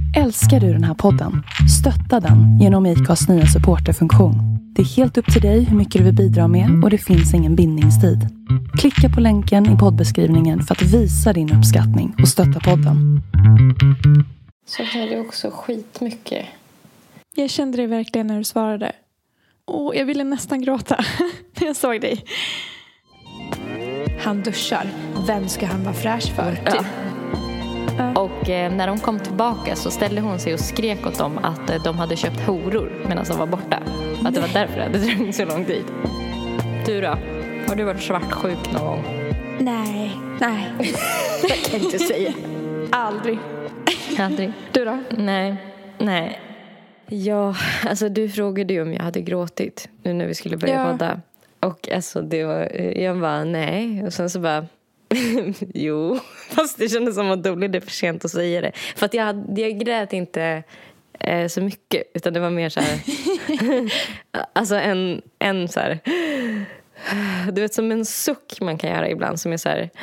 Älskar du den här podden? Stötta den genom IKAs nya supporterfunktion. Det är helt upp till dig hur mycket du vill bidra med och det finns ingen bindningstid. Klicka på länken i poddbeskrivningen för att visa din uppskattning och stötta podden. Så här är också skitmycket. Jag kände det verkligen när du svarade. Jag ville nästan gråta när jag såg dig. Han duschar. Vem ska han vara fräsch för? Typ. Ja. Och när de kom tillbaka så ställde hon sig och skrek åt dem att de hade köpt horor medan de var borta. Att det var därför det hade dragit så lång tid. Du då? Har du varit svartsjuk någon gång? Nej. Jag kan inte säga. Aldrig. Du då? Nej. Ja, alltså du frågade ju om jag hade gråtit nu när vi skulle börja podda. Och alltså det var, jag bara nej. Och sen så bara jo, fast det kändes som att då blev det för sent att säga det. För att jag grät inte så mycket, utan det var mer så här alltså en så här, du vet, som en suck man kan göra ibland, som är så här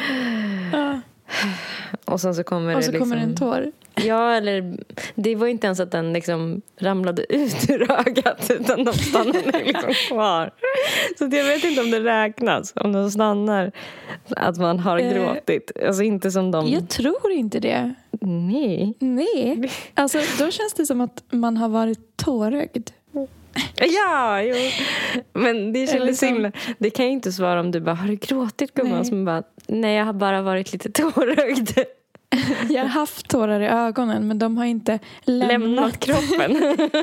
och sen så kommer det kommer en tår. Ja, eller det var inte ens att den liksom ramlade ut ur ögat, utan de stannade liksom kvar. Så jag vet inte om det räknas, om de stannar att man har gråtit. Alltså inte som de. Jag tror inte det. Nej. Alltså då känns det som att man har varit tårögd. Ja, jo. Men det känns himla. Det kan jag inte svara om du bara, har du gråtit, gumman? Som bara, nej, jag har bara varit lite tårögd. Jag har haft tårar i ögonen, men de har inte lämnat kroppen.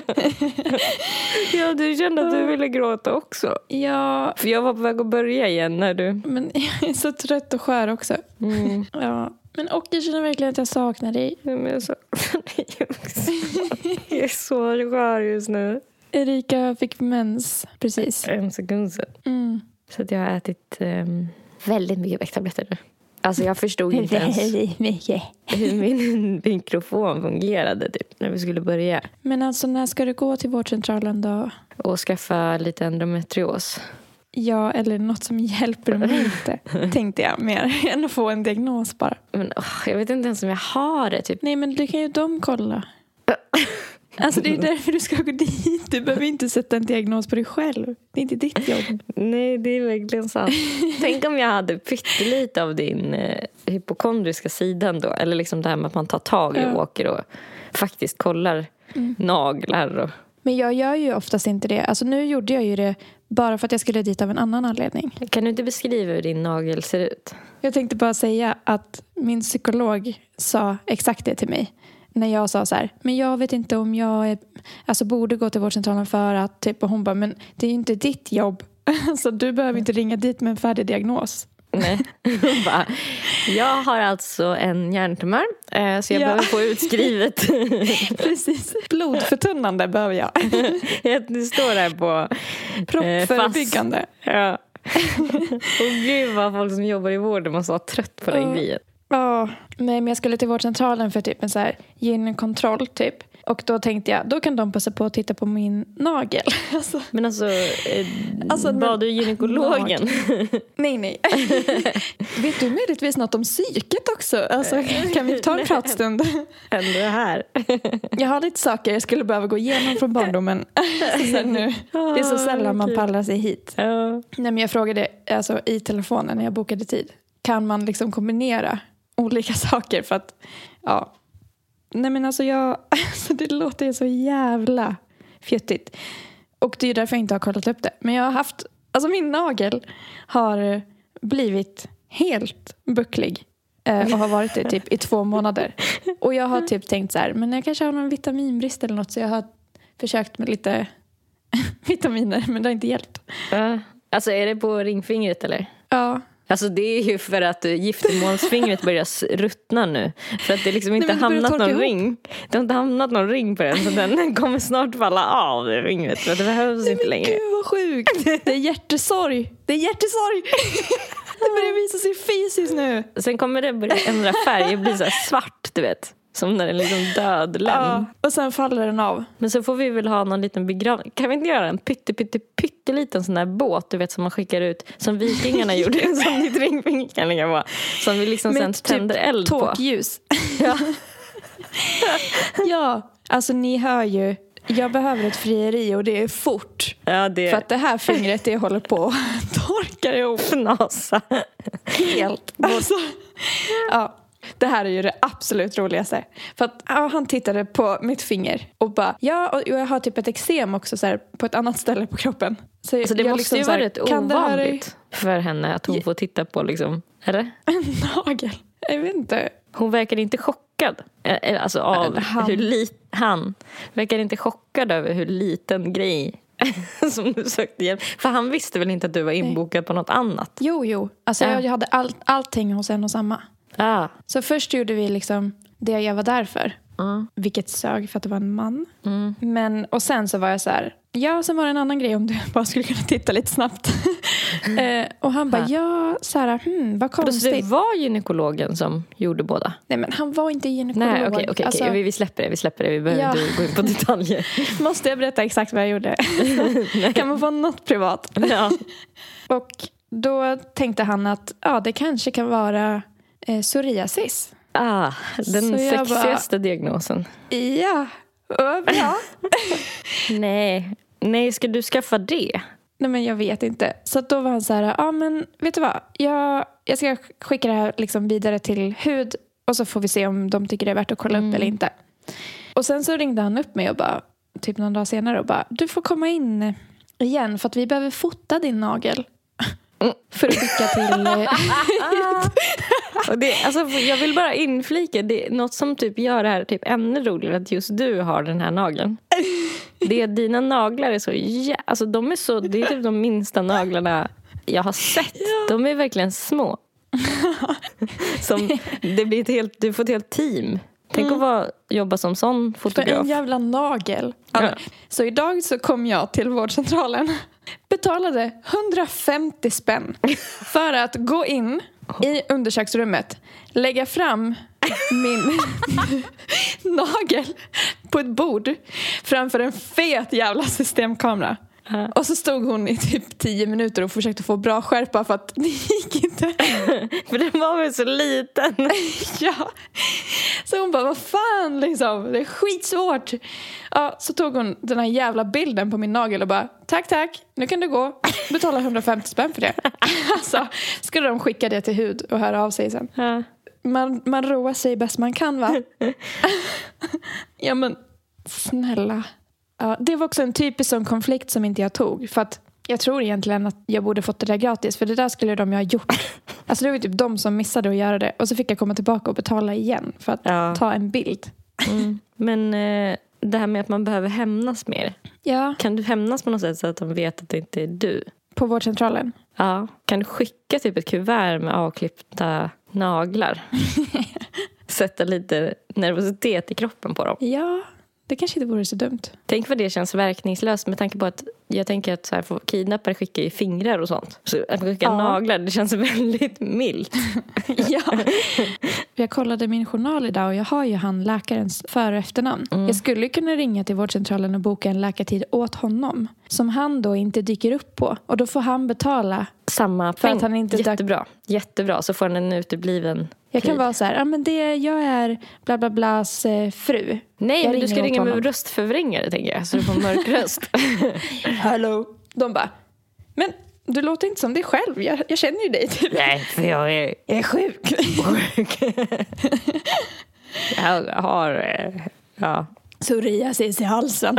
Ja, du kände att du ville gråta också. Ja. För jag var på väg att börja igen när du. Men jag är så trött och skör också. Ja. Men och jag känner verkligen att jag saknar dig. Ja, men jag saknar dig också. Jag är så skör just nu. Erika fick mens precis. En sekund sedan. Så att jag har ätit väldigt mycket värktabletter nu. Alltså jag förstod inte ens hur min mikrofon fungerade typ, när vi skulle börja. Men alltså när ska du gå till vårdcentralen då? Och skaffa lite endometrios. Ja, eller något som hjälper mig inte, tänkte jag, mer än att få en diagnos bara. Men jag vet inte ens om jag har det typ. Nej, men du kan ju kolla. Alltså det är därför du ska gå dit. Du behöver inte sätta en diagnos på dig själv. Det är inte ditt jobb. Nej, det är verkligen sant. Tänk om jag hade pyttelite av din hypokondriska sidan då. Eller liksom det här med att man tar tag i och åker och faktiskt kollar naglar. Och. Men jag gör ju oftast inte det. Alltså nu gjorde jag ju det bara för att jag skulle dit av en annan anledning. Kan du inte beskriva hur din nagel ser ut? Jag tänkte bara säga att min psykolog sa exakt det till mig. När jag sa så här, men jag vet inte om jag borde gå till vårdcentralen för att typ, och hon bara, men det är ju inte ditt jobb. Alltså du behöver inte ringa dit med en färdig diagnos. Nej, bara, jag har alltså en hjärntumör så jag behöver få utskrivet. Precis, blodförtunnande behöver jag. Det står där på proppförebyggande. Ja. Och gud vad folk som jobbar i vården måste vara trött på den grejen. Ja, men jag skulle till vårdcentralen för typ en så här gynkontroll typ. Och då tänkte jag, då kan de passa på att titta på min nagel. Men bad du gynekologen? Nej. Vet du möjligtvis något om psyket också? Alltså, kan vi ta en pratstund? Ändå här. Jag har lite saker jag skulle behöva gå igenom från barndomen. Så nu. Det är så sällan man pallar sig hit. Nej, men jag frågade i telefonen när jag bokade tid. Kan man liksom kombinera olika saker för att, ja. Nej men det låter ju så jävla fjuttigt. Och det är därför jag inte har kollat upp det. Men jag har haft, min nagel har blivit helt bucklig. Och har varit det typ i 2 månader. Och jag har typ tänkt så här, men jag kanske har någon vitaminbrist eller något. Så jag har försökt med lite vitaminer, men det har inte hjälpt. Alltså är det på ringfingret eller? Ja. Alltså det är ju för att giftermålsfingret börjar ruttna nu. För att det liksom inte hamnat någon ring. Det har inte hamnat någon ring på den. Så den kommer snart falla av det fingret. För det behövs inte längre. Gud vad sjukt. Det är hjärtesorg. Det börjar visa sig fysiskt nu. Sen kommer det börja ändra färg och bli så här svart, du vet. Som när det är liksom död lem. Ja, och sen faller den av. Men så får vi väl ha någon liten begravning. Kan vi inte göra en pytteliten sån där båt, du vet, som man skickar ut, som vikingarna gjorde, som ditt ringfinger kan ligga på, som vi liksom sen tänder eld på. Tågljus. Ja. Ja, alltså ni hör ju. Jag behöver ett frieri och det är fort. Ja, för att det här fingret det håller på att torka ihop. Fnasa. Helt. Alltså, ja. Det här är ju det absolut roligaste. För att han tittade på mitt finger och bara, ja, och jag har typ ett eksem också så här, på ett annat ställe på kroppen. Så alltså det måste liksom ju vara rätt ovanligt här... för henne att hon får titta på liksom, eller? En nagel, jag vet inte. Hon verkar inte chockad. Alltså av han verkar inte chockad över hur liten grej som du sökte hjälp. För han visste väl inte att du var inbokad på något annat? Jo. Alltså jag hade allting hos en och samma. Så först gjorde vi liksom det jag var där för. Vilket sög för att det var en man. Men, och sen så var jag så här, ja, sen var det en annan grej om du bara skulle kunna titta lite snabbt. Och han bara, ja, så här, vad konstigt. Så det var gynekologen som gjorde båda? Nej, men han var inte gynekolog. Nej, okej. Alltså, vi släpper det. Vi behöver inte gå in på detaljer. Måste jag berätta exakt vad jag gjorde? Kan man få något privat? Ja. Och då tänkte han att det kanske kan vara psoriasis. Den sexigaste diagnosen. Ja, bra. Nej, ska du skaffa det? Nej, men jag vet inte. Så då var han så här, men vet du vad? Jag ska skicka det här liksom vidare till hud och så får vi se om de tycker det är värt att kolla upp eller inte. Och sen så ringde han upp mig och bara, typ någon dag senare och bara, du får komma in igen för att vi behöver fota din nagel. För att skicka till... Och det, alltså, jag vill bara inflika, det är något som typ gör det här typ ännu roligare att just du har den här nageln. Det är dina naglar är så alltså de är så, det är typ de minsta naglarna jag har sett. De är verkligen små. Som det blir du får ett helt team. Tänk att jobba som sån fotograf. För en jävla nagel. Så idag så kom jag till vårdcentralen. Betalade 150 spänn för att gå in i undersöksrummet, lägga fram min nagel på ett bord framför en fet jävla systemkamera. Och så stod hon i typ 10 minuter och försökte få bra skärpa för att det gick inte. För den var väl så liten. Ja. Så hon bara, vad fan liksom, det är skitsvårt. Ja, så tog hon den här jävla bilden på min nagel och bara, tack, nu kan du gå. Betala 150 spänn för det. Alltså, skulle de skicka det till hud och höra av sig sen. Man roar sig bäst man kan, va? Ja, men snälla. Ja, det var också en typisk sån konflikt som inte jag tog. För att jag tror egentligen att jag borde fått det där gratis. För det där skulle de ju ha gjort. Alltså det var typ de som missade att göra det. Och så fick jag komma tillbaka och betala igen för att ta en bild. Men det här med att man behöver hämnas mer. Ja. Kan du hämnas på något sätt så att de vet att det inte är du? På vårdcentralen? Ja. Kan du skicka typ ett kuvert med avklippta naglar? Sätta lite nervositet i kroppen på dem. Ja. Det kanske inte vore så dumt. Tänk vad det känns verkningslöst med tanke på att jag tänker att så här, kidnappare skickar ju fingrar och sånt. Så att skicka naglar, det känns väldigt milt. Ja. Jag kollade min journal idag och jag har ju läkarens för- och efternamn. Jag skulle kunna ringa till vårdcentralen och boka en läkartid åt honom. Som han då inte dyker upp på. Och då får han betala. Samma för att han inte Jättebra. Så får han en utebliven. Jag kan vara så här, men jag är bla bla blas fru. Nej, men du ska ringa med röstförvrängare, tänker jag. Så du får mörk röst. Hallå. De bara, men du låter inte som dig själv. Jag känner ju dig typ. Nej, för jag är sjuk. Jag har, psoriasis i halsen.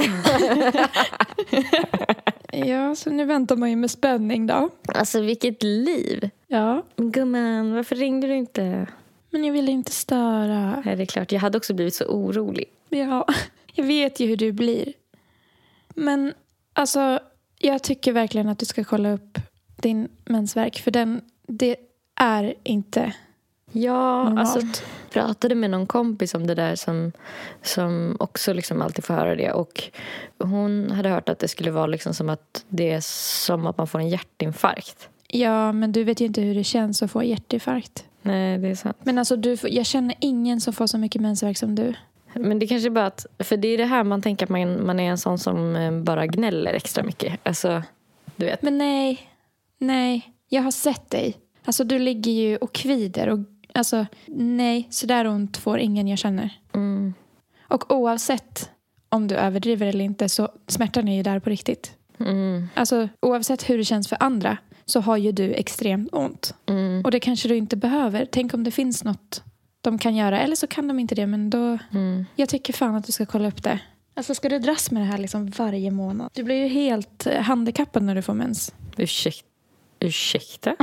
Ja, så nu väntar man ju med spänning då. Alltså, vilket liv. Ja. Gumman, varför ringde du inte? Men jag ville inte störa. Nej, det är klart. Jag hade också blivit så orolig. Ja, jag vet ju hur du blir. Men alltså, jag tycker verkligen att du ska kolla upp din mensvärk. För det är inte normalt. Alltså, pratade med någon kompis om det där som också liksom alltid får höra det. Och hon hade hört att det skulle vara liksom som att det är som att man får en hjärtinfarkt. Ja, men du vet ju inte hur det känns att få hjärtinfarkt. Nej, det är sant. Men alltså, jag känner ingen som får så mycket mensvärk som du. Men det kanske bara att, för det är det här man tänker att man är en sån som bara gnäller extra mycket. Alltså, du vet. Men nej, jag har sett dig. Alltså, du ligger ju och kvider och alltså, nej, så där ont får ingen jag känner. Och oavsett om du överdriver eller inte så smärtan är ju där på riktigt. Alltså oavsett hur det känns för andra så har ju du extremt ont. Och det kanske du inte behöver. Tänk om det finns något de kan göra. Eller så kan de inte det, men då... Jag tycker fan att du ska kolla upp det. Alltså ska du dras med det här liksom varje månad? Du blir ju helt handikappad när du får mens. Ursäkta?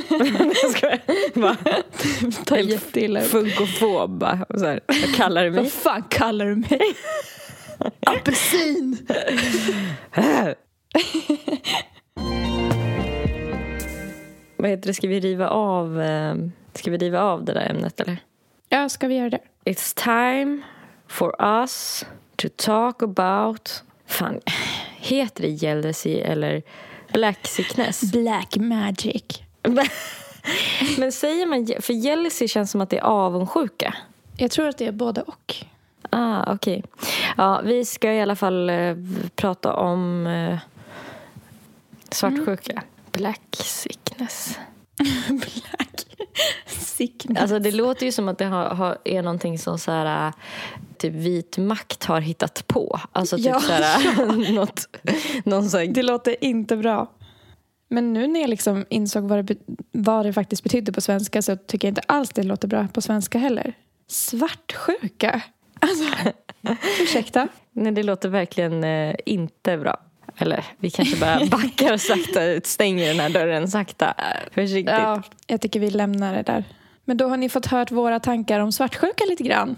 Ta jätteilla upp. Funkofob. Vad kallar du mig? Vad fan kallar du mig? Apelsin! Vad heter det? Ska vi riva av det där ämnet eller? Ja, ska vi göra det? It's time for us to talk about... Fan, heter det jealousy eller black sickness? Black magic. Men säger man... För jealousy känns som att det är avundsjuka. Jag tror att det är både och. Okej. Ja, vi ska i alla fall prata om svartsjuka. Black sickness. Black sickness. Alltså det låter ju som att det är någonting som så här, typ vit makt har hittat på. Alltså typ så här, någon så här... Det låter inte bra. Men nu när jag liksom insåg vad det faktiskt betydde på svenska så tycker jag inte alls det låter bra på svenska heller. Svartsjuka. Alltså, ursäkta. Nej, det låter verkligen inte bra. Eller vi kanske bara backar sakta ut, stänger den här dörren sakta. Försiktigt. Ja, jag tycker vi lämnar det där. Men då har ni fått hört våra tankar om svartsjuka lite grann.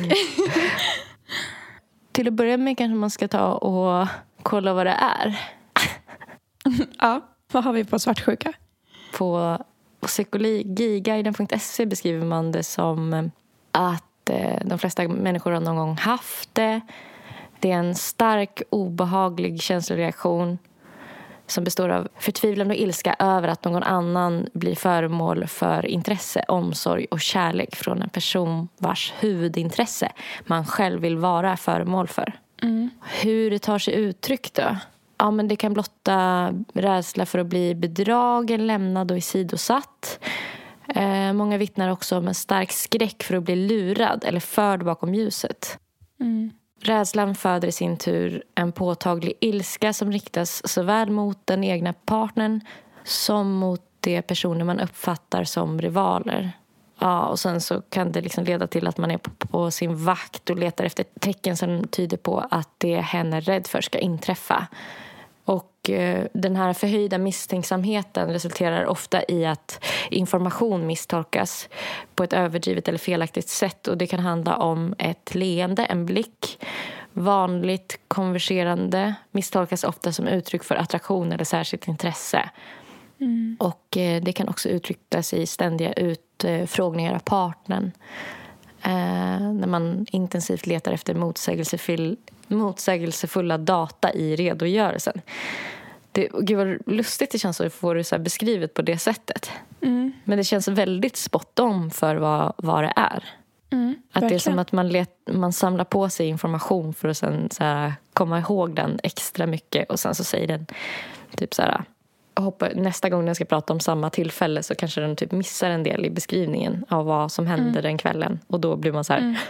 Till att börja med kanske man ska ta och kolla vad det är. Ja, vad har vi på svartsjuka? På psykologiguiden.se beskriver man det som att de flesta människor har någon gång haft det. Det är en stark, obehaglig känsloreaktion som består av förtvivlan och ilska över att någon annan blir föremål för intresse, omsorg och kärlek från en person vars huvudintresse man själv vill vara föremål för. Hur det tar sig uttryck då? Ja, men det kan blotta rädsla för att bli bedragen, lämnad och isidosatt. Många vittnar också om en stark skräck för att bli lurad eller förd bakom ljuset. Rädslan föder i sin tur en påtaglig ilska som riktas såväl mot den egna partnern som mot de personer man uppfattar som rivaler. Ja, och sen så kan det liksom leda till att man är på sin vakt och letar efter tecken som tyder på att det hen är rädd för ska inträffa. Och den här förhöjda misstänksamheten resulterar ofta i att information misstolkas på ett överdrivet eller felaktigt sätt. Och det kan handla om ett leende, en blick. Vanligt konverserande misstolkas ofta som uttryck för attraktion eller särskilt intresse. Och det kan också uttryckas i ständiga utfrågningar av partnern. När man intensivt letar efter motsägelsefulla data i redogörelsen. Gud vad lustigt det känns att få det så här beskrivet på det sättet. Men det känns väldigt spot on för vad det är. Att det är som att man samlar på sig information för att sen så här komma ihåg den extra mycket. Och sen så säger den typ så här... nästa gång den ska prata om samma tillfälle så kanske den typ missar en del i beskrivningen av vad som hände den kvällen. Och då blir man så här...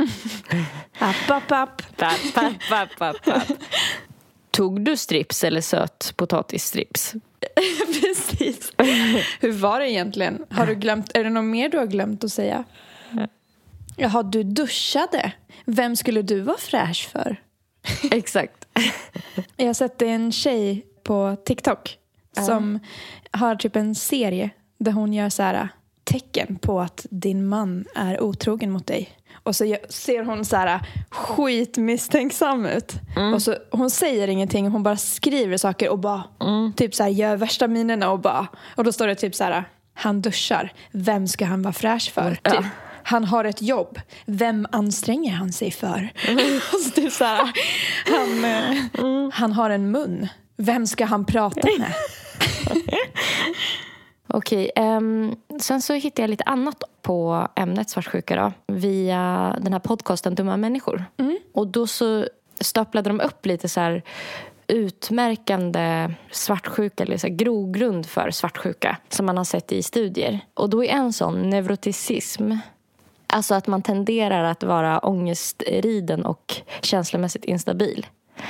App. Tog du strips eller sötpotatisstrips? Precis. Hur var det egentligen? Har du glömt? Är det något mer du har glömt att säga? Jaha, du duschade. Vem skulle du vara fräsch för? Exakt. Jag har sett en tjej på TikTok som har typ en serie där hon gör så här tecken på att din man är otrogen mot dig. Och så ser hon så här skitmisstänksam ut. Och så hon säger ingenting, hon bara skriver saker och bara typ så här gör värsta minerna och då står det typ så här: han duschar. Vem ska han vara fräsch för? Typ. Han har ett jobb. Vem anstränger han sig för? Alltså typ så här, han har en mun. Vem ska han prata med? Okej, sen så hittade jag lite annat på ämnet svartsjuka då, via den här podcasten Dumma människor. Och då så staplade de upp lite så här utmärkande svartsjuka eller så här grogrund för svartsjuka som man har sett i studier. Och då är en sån neuroticism. Alltså att man tenderar att vara ångestriden och känslomässigt instabil.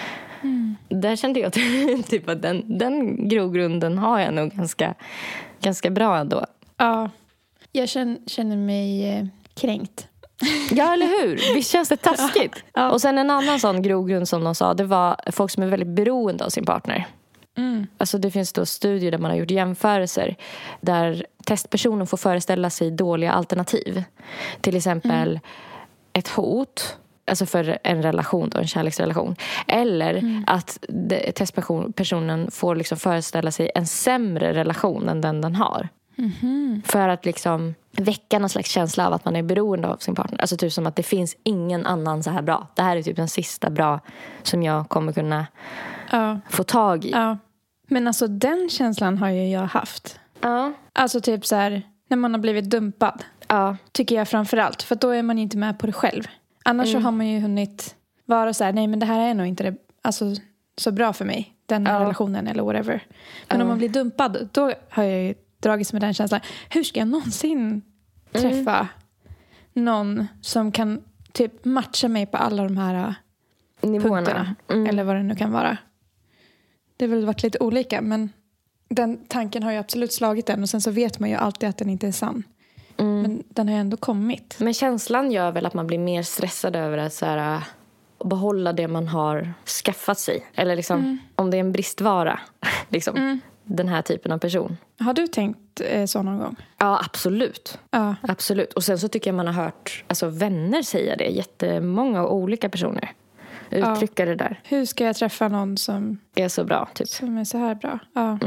Där kände jag typ att den grogrunden har jag nog ganska bra ändå. Ja, jag känner mig kränkt. Ja, eller hur? Visst känns det taskigt? Ja. Och sen en annan sån grogrund som de sa, det var folk som är väldigt beroende av sin partner. Alltså det finns då studier där man har gjort jämförelser där testpersonen får föreställa sig dåliga alternativ. Till exempel ett hot, alltså för en relation då, en kärleksrelation. Eller att testpersonen får liksom föreställa sig en sämre relation än den har. För att liksom väcka någon slags känsla av att man är beroende av sin partner. Alltså typ som att det finns ingen annan så här bra. Det här är typ den sista bra som jag kommer kunna få tag i. Ja. Men alltså den känslan har ju jag haft. Ja. Alltså typ så här, när man har blivit dumpad. Ja. Tycker jag framförallt. För då är man inte med på det själv. Annars så har man ju hunnit vara så här, nej men det här är nog inte det, alltså, så bra för mig. Den här relationen eller whatever. Men om man blir dumpad, då har jag ju dragits med den känslan. Hur ska jag någonsin träffa någon som kan typ matcha mig på alla de här punkterna? Eller vad det nu kan vara. Det har väl varit lite olika, men den tanken har ju absolut slagit den. Och sen så vet man ju alltid att den inte är sann. Men den har ju ändå kommit. Men känslan gör väl att man blir mer stressad över att så här, behålla det man har skaffat sig. Eller liksom, om det är en bristvara. Liksom, den här typen av person. Har du tänkt så någon gång? Ja, absolut. Absolut. Och sen så tycker jag man har hört vänner säga det. Jättemånga olika personer uttrycka det där. Hur ska jag träffa någon som är så bra, typ? Som är så här bra. Ja.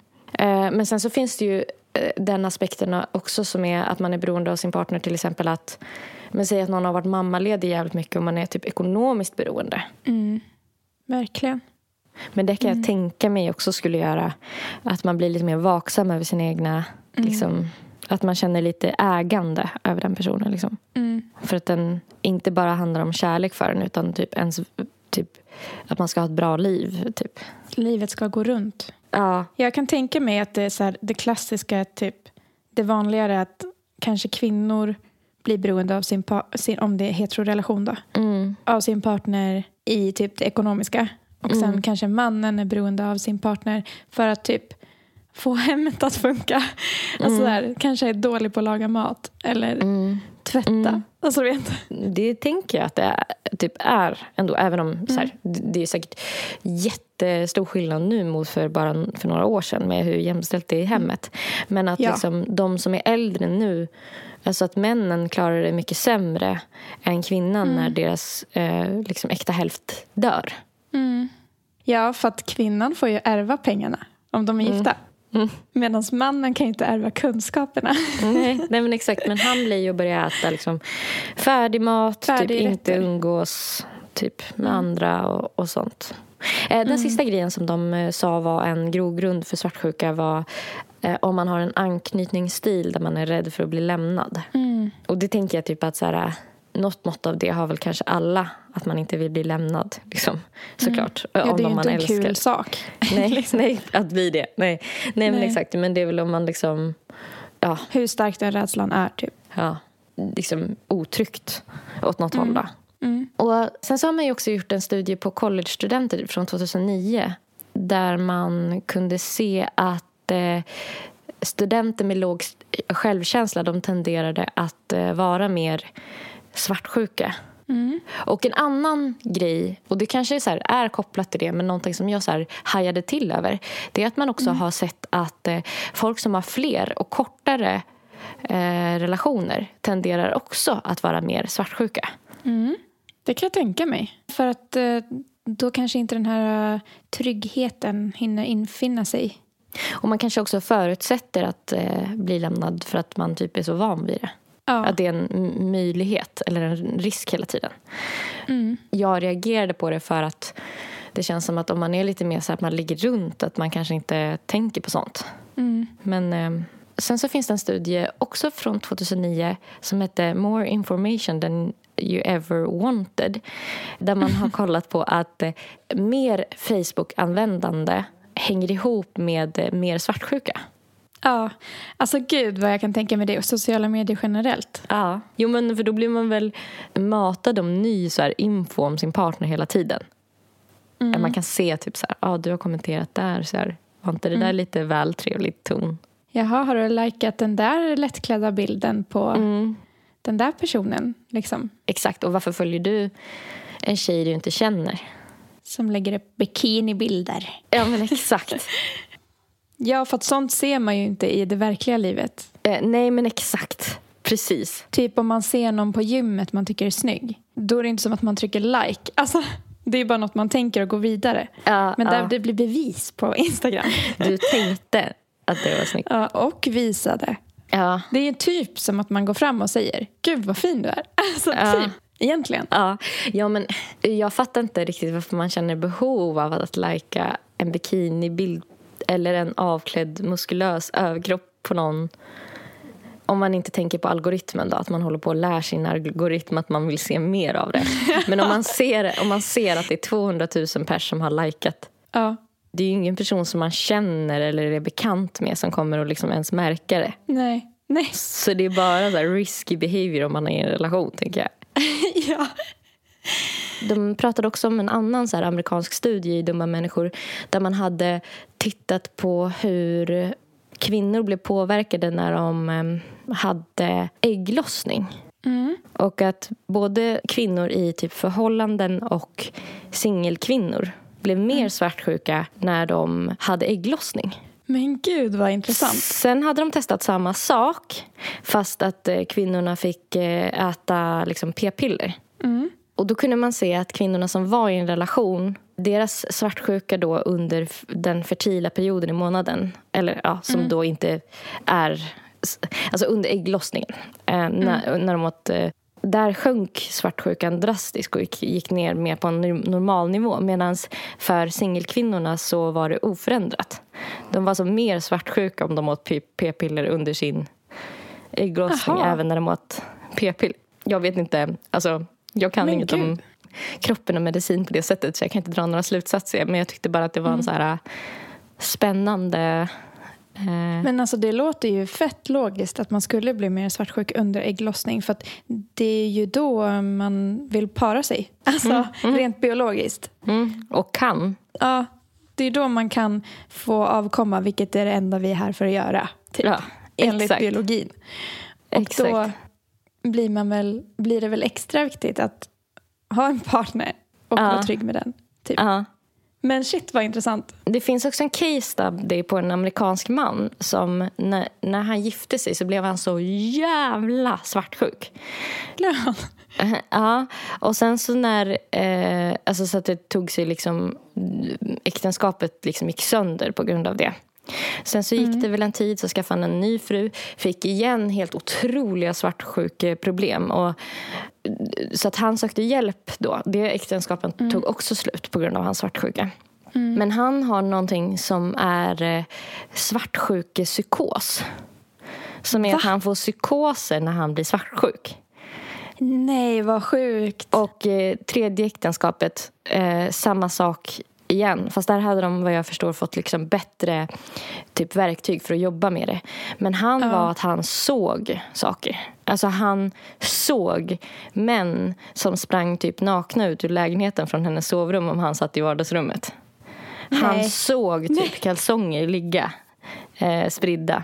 Men sen så finns det ju den aspekten också som är att man är beroende av sin partner. Till exempel att man säger att någon har varit mammaledig jävligt mycket och man är typ ekonomiskt beroende. Verkligen. Men det kan jag tänka mig också skulle göra att man blir lite mer vaksam över sin egna liksom, att man känner lite ägande över den personen liksom. För att den inte bara handlar om kärlek för den utan typ att man ska ha ett bra liv typ. Livet ska gå runt. Ja. Jag kan tänka mig att det är så här, det klassiska typ, det vanligare är att kanske kvinnor blir beroende av sin om det är heterorelation då. Av sin partner i typ det ekonomiska. Och sen kanske mannen är beroende av sin partner för att typ få hemmet att funka. Alltså där, kanske är dålig på att laga mat eller tvätta. Alltså vet. Det tänker jag att det är ändå, även om så här, det är säkert jättestor skillnad nu mot för några år sedan med hur jämställt det är i hemmet. Men att liksom, de som är äldre nu, alltså att männen klarar det mycket sämre än kvinnan när deras liksom äkta hälft dör. Ja, för att kvinnan får ju ärva pengarna om de är gifta. Medan mannen kan ju inte ärva kunskaperna. Nej, men exakt. Men han blir ju att börja äta liksom färdig mat, typ inte umgås typ med andra och sånt. Den sista grejen som de sa var en grogrund för svartsjuka var om man har en anknytningsstil där man är rädd för att bli lämnad. Och det tänker jag typ att så här, något mått av det har väl kanske alla, att man inte vill bli lämnad liksom, såklart. Ja, om det är ju inte en älskar. kul sak. Nej, att bli det. Nej, men exakt, men det är väl om man liksom hur stark den rädslan är typ. Ja, liksom otryggt åt något håll då. Och sen så har man ju också gjort en studie på college-studenter från 2009 där man kunde se att studenter med låg självkänsla, de tenderade att vara mer svartsjuka. Och en annan grej, och det kanske är, så här, är kopplat till det, men någonting som jag så här hajade till över, det är att man också har sett att folk som har fler och kortare relationer tenderar också att vara mer svartsjuka. Det kan jag tänka mig. För att då kanske inte den här tryggheten hinner infinna sig. Och man kanske också förutsätter att bli lämnad för att man typ är så van vid det. Ja. Att det är en möjlighet eller en risk hela tiden. Jag reagerade på det för att det känns som att om man är lite mer så att man ligger runt, att man kanske inte tänker på sånt. Men sen så finns det en studie också från 2009 som heter More Information Than You Ever Wanted. Där man har kollat på att mer Facebook-användande hänger ihop med mer svartsjuka. Ja, alltså gud vad jag kan tänka mig det. Och sociala medier generellt. Ja, jo men för då blir man väl matad om ny så här info om sin partner hela tiden. Man kan se typ så här, du har kommenterat där så här. Var inte det där lite väl trevligt ton? Jaha, har du likat den där lättklädda bilden på den där personen liksom? Exakt, och varför följer du en tjej du inte känner? Som lägger upp bikinibilder. Ja men exakt. Ja, för att sånt ser man ju inte i det verkliga livet. Nej men exakt, precis. Typ om man ser någon på gymmet man tycker är snygg. Då är det inte som att man trycker like. Alltså, det är bara något man tänker och går vidare. Men där det blir bevis på Instagram. Du tänkte att det var snyggt. Ja, och visade. Ja. Det är typ som att man går fram och säger, gud vad fin du är. Alltså typ, egentligen. Ja, men jag fattar inte riktigt varför man känner behov av att lajka en bikinibild eller en avklädd muskulös överkropp på någon. Om man inte tänker på algoritmen då, att man håller på att lära sin algoritm att man vill se mer av det. Men om man ser att det är 200 000 personer som har likat. Ja. Det är ju ingen person som man känner eller är bekant med som kommer att liksom ens märka det. Nej. Så det är bara så här risky behavior om man är i en relation, tänker jag. Ja. De pratade också om en annan så här amerikansk studie i Dumma människor där man hade tittat på hur kvinnor blev påverkade när de hade ägglossning. Och att både kvinnor i typ förhållanden och singelkvinnor blev mer svartsjuka när de hade ägglossning. Men gud vad intressant. Sen hade de testat samma sak fast att kvinnorna fick äta liksom p-piller. Och då kunde man se att kvinnorna som var i en relation, deras svartsjuka då under den fertila perioden i månaden, eller som då inte är, alltså under ägglossningen, när de åt, där sjönk svartsjukan drastiskt och gick ner mer på en normal nivå, medan för singelkvinnorna så var det oförändrat. De var så mer svartsjuka om de åt p-piller under sin ägglossning, även när de åt p-piller. Jag vet inte, alltså jag kan inget om kroppen och medicin på det sättet, så jag kan inte dra några slutsatser. Men jag tyckte bara att det var en så här spännande... Men alltså det låter ju fett logiskt att man skulle bli mer svartsjuk under ägglossning. För att det är ju då man vill para sig. Alltså rent biologiskt. Och kan. Ja, det är då man kan få avkomma, vilket är det enda vi är här för att göra. Typ, ja, enligt biologin. Och exakt. Då blir det väl extra viktigt att ha en partner och vara trygg med den. Typ. Men shit vad intressant. Det finns också en case study på en amerikansk man som när han gifte sig så blev han så jävla svartsjuk. Ja. Ja, och sen så när alltså så att det tog sig liksom, äktenskapet liksom gick sönder på grund av det. Sen så gick det väl en tid, så skaffade han en ny fru, fick igen helt otroliga svartsjukeproblem, och så att han sökte hjälp då. Det äktenskapet tog också slut på grund av hans svartsjuka. Men han har någonting som är svartsjukepsykos, som är att han får psykoser när han blir svartsjuk. Nej, vad sjukt. Och tredje äktenskapet, samma sak igen. Fast där hade de, vad jag förstår, fått liksom bättre typ verktyg för att jobba med det. Men han var att han såg saker. Alltså han såg män som sprang typ nakna ut ur lägenheten från hennes sovrum om han satt i vardagsrummet. Nej. Han såg typ kalsonger ligga spridda.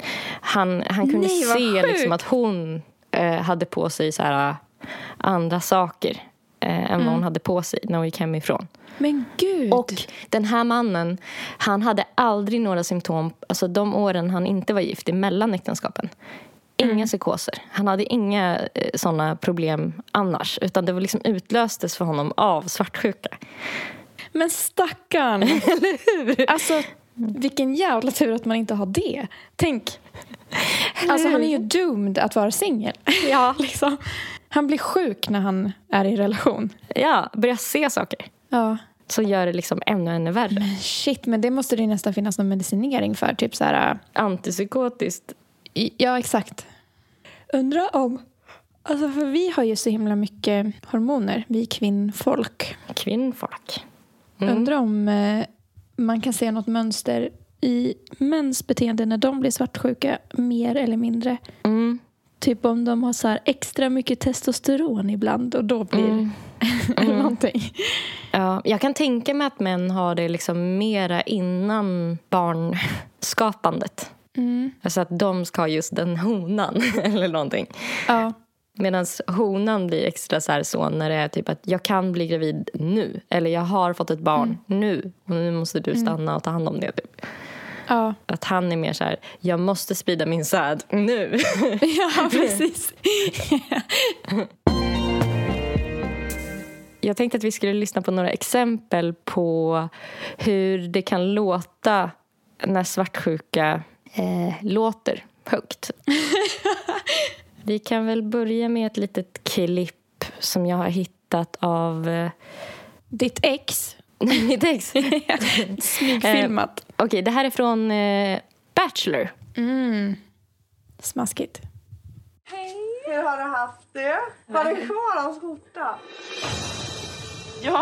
Han kunde se liksom att hon hade på sig så här andra saker än vad hon hade på sig när hon gick hemifrån. Men gud. Och den här mannen, han hade aldrig några symptom, alltså de åren han inte var gift, emellan äktenskapen. Inga psykoser. Han hade inga sådana problem annars, utan det var liksom utlöstes för honom av svartsjuka. Men stackarn. Eller hur? Alltså, vilken jävla tur att man inte har det. Tänk. Alltså han är ju doomed att vara singel. Ja, liksom. Han blir sjuk när han är i relation. Ja, börjar se saker. Ja. Så gör det liksom ännu värre. Men shit, men det måste det nästan finnas någon medicinering för. Typ så här... Antipsykotiskt. Ja, exakt. Undrar om... Alltså för vi har ju så himla mycket hormoner. Vi kvinnfolk. Kvinnfolk. Undrar om man kan se något mönster i mäns beteende när de blir svartsjuka mer eller mindre. Typ om de har så här extra mycket testosteron ibland och då blir någonting. Ja, jag kan tänka mig att män har det liksom mera innan barnskapandet. Alltså att de ska ha just den honan eller någonting. Ja. Medan honan blir extra så när det är typ att jag kan bli gravid nu. Eller jag har fått ett barn nu. Och nu måste du stanna och ta hand om det typ. Ja. Att han är mer så här, jag måste sprida min säd nu. Ja, precis. Jag tänkte att vi skulle lyssna på några exempel på hur det kan låta när svartsjuka låter högt. Vi kan väl börja med ett litet klipp som jag har hittat av... Ditt ex. Mitt ex. Smygfilmat. Okej, det här är från Bachelor. Smaskigt. Hej! Hur har du haft det? Har du kvar hans skjorta? Ja.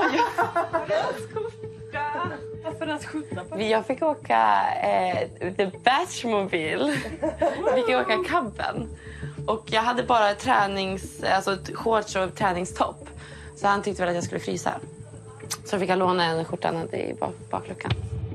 Varför hans skjorta? Jag fick åka The Batchmobil. Vi fick åka cabben. Och jag hade bara shorts och träningstopp. Så han tyckte väl att jag skulle frysa. Så fick jag låna en skjorta han hade i bakluckan.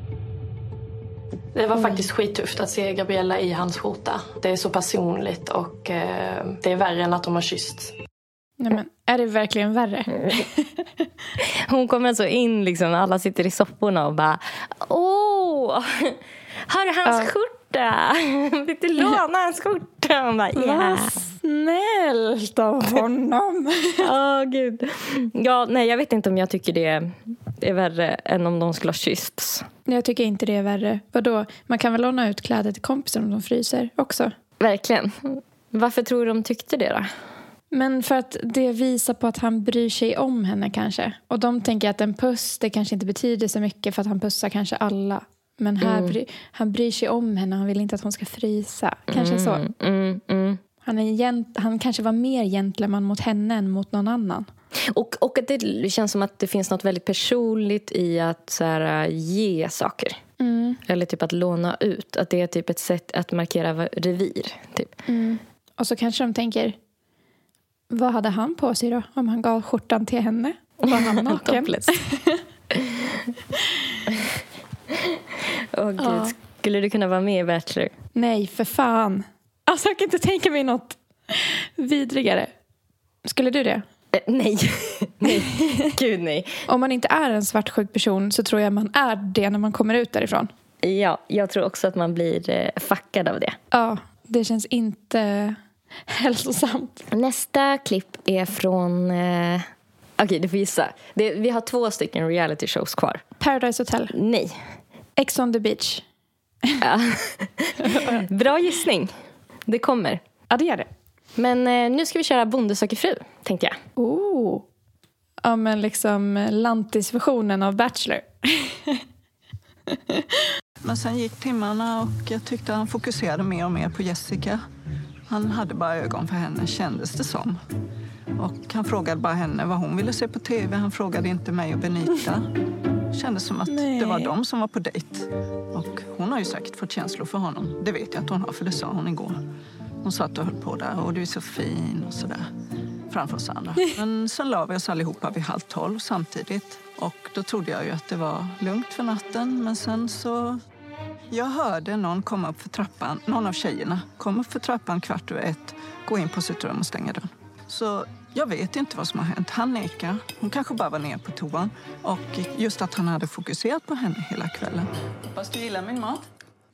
Det var faktiskt skittufft att se Gabriella i hans skjorta. Det är så personligt och det är värre än att de har kyssts. Nej, men är det verkligen värre? Hon kommer så in liksom, alla sitter i sopporna och bara åh, har du hans skjorta? Vill du låna hans skjorta? Och bara, Vad snällt av honom. Gud. Ja, nej, jag vet inte om jag tycker det är värre än om de skulle ha kyssts. Jag tycker inte det är värre. Vadå? Man kan väl låna ut kläder till kompisar om de fryser också? Verkligen. Varför tror du de tyckte det då? Men för att det visar på att han bryr sig om henne kanske. Och de tänker att en puss, det kanske inte betyder så mycket för att han pussar kanske alla. Men här han bryr sig om henne. Han vill inte att hon ska frysa. Kanske så. Han kanske var mer gentleman mot henne än mot någon annan. Och att det känns som att det finns något väldigt personligt i att så här, ge saker. Eller typ att låna ut. Att det är typ ett sätt att markera revir. Typ. Och så kanske de tänker, vad hade han på sig då? Om han gav skjortan till henne? Var han naken? Gud, skulle du kunna vara med i Bachelor? Nej, för fan. Alltså jag kan inte tänka mig något vidrigare. Skulle du det? Nej. Nej. Gud nej. Om man inte är en svartsjuk person så tror jag man är det när man kommer ut därifrån. Ja, jag tror också att man blir fuckad av det. Ja, det känns inte hälsosamt. Nästa klipp är från... Okej, du får gissa. Vi har 2 stycken reality shows kvar. Paradise Hotel. Nej. Ex on the beach. Ja. Bra gissning. Det kommer. Ja, det gör det. Men nu ska vi köra Bonde söker fru, tänkte jag. Ja, men liksom lantisversionen av Bachelor. Men sen gick timmarna och jag tyckte han fokuserade mer och mer på Jessica. Han hade bara ögon för henne, kändes det som. Och han frågade bara henne vad hon ville se på tv. Han frågade inte mig och Benita. Kändes som att det var de som var på dejt. Och hon har ju säkert fått känslor för honom. Det vet jag att hon har, för det sa hon igår. Hon satt och höll på där och du är så fin och sådär. Framför oss andra. Men sen la vi oss allihopa vid 11:30 samtidigt. Och då trodde jag ju att det var lugnt för natten. Men sen så... Jag hörde någon komma upp för trappan. Någon av tjejerna kom upp för trappan 1:15. Gå in på sitt rum och stänga den. Så jag vet inte vad som har hänt. Han nekar. Hon kanske bara var ner på toan. Och just att han hade fokuserat på henne hela kvällen. Hoppas du gillar min mat.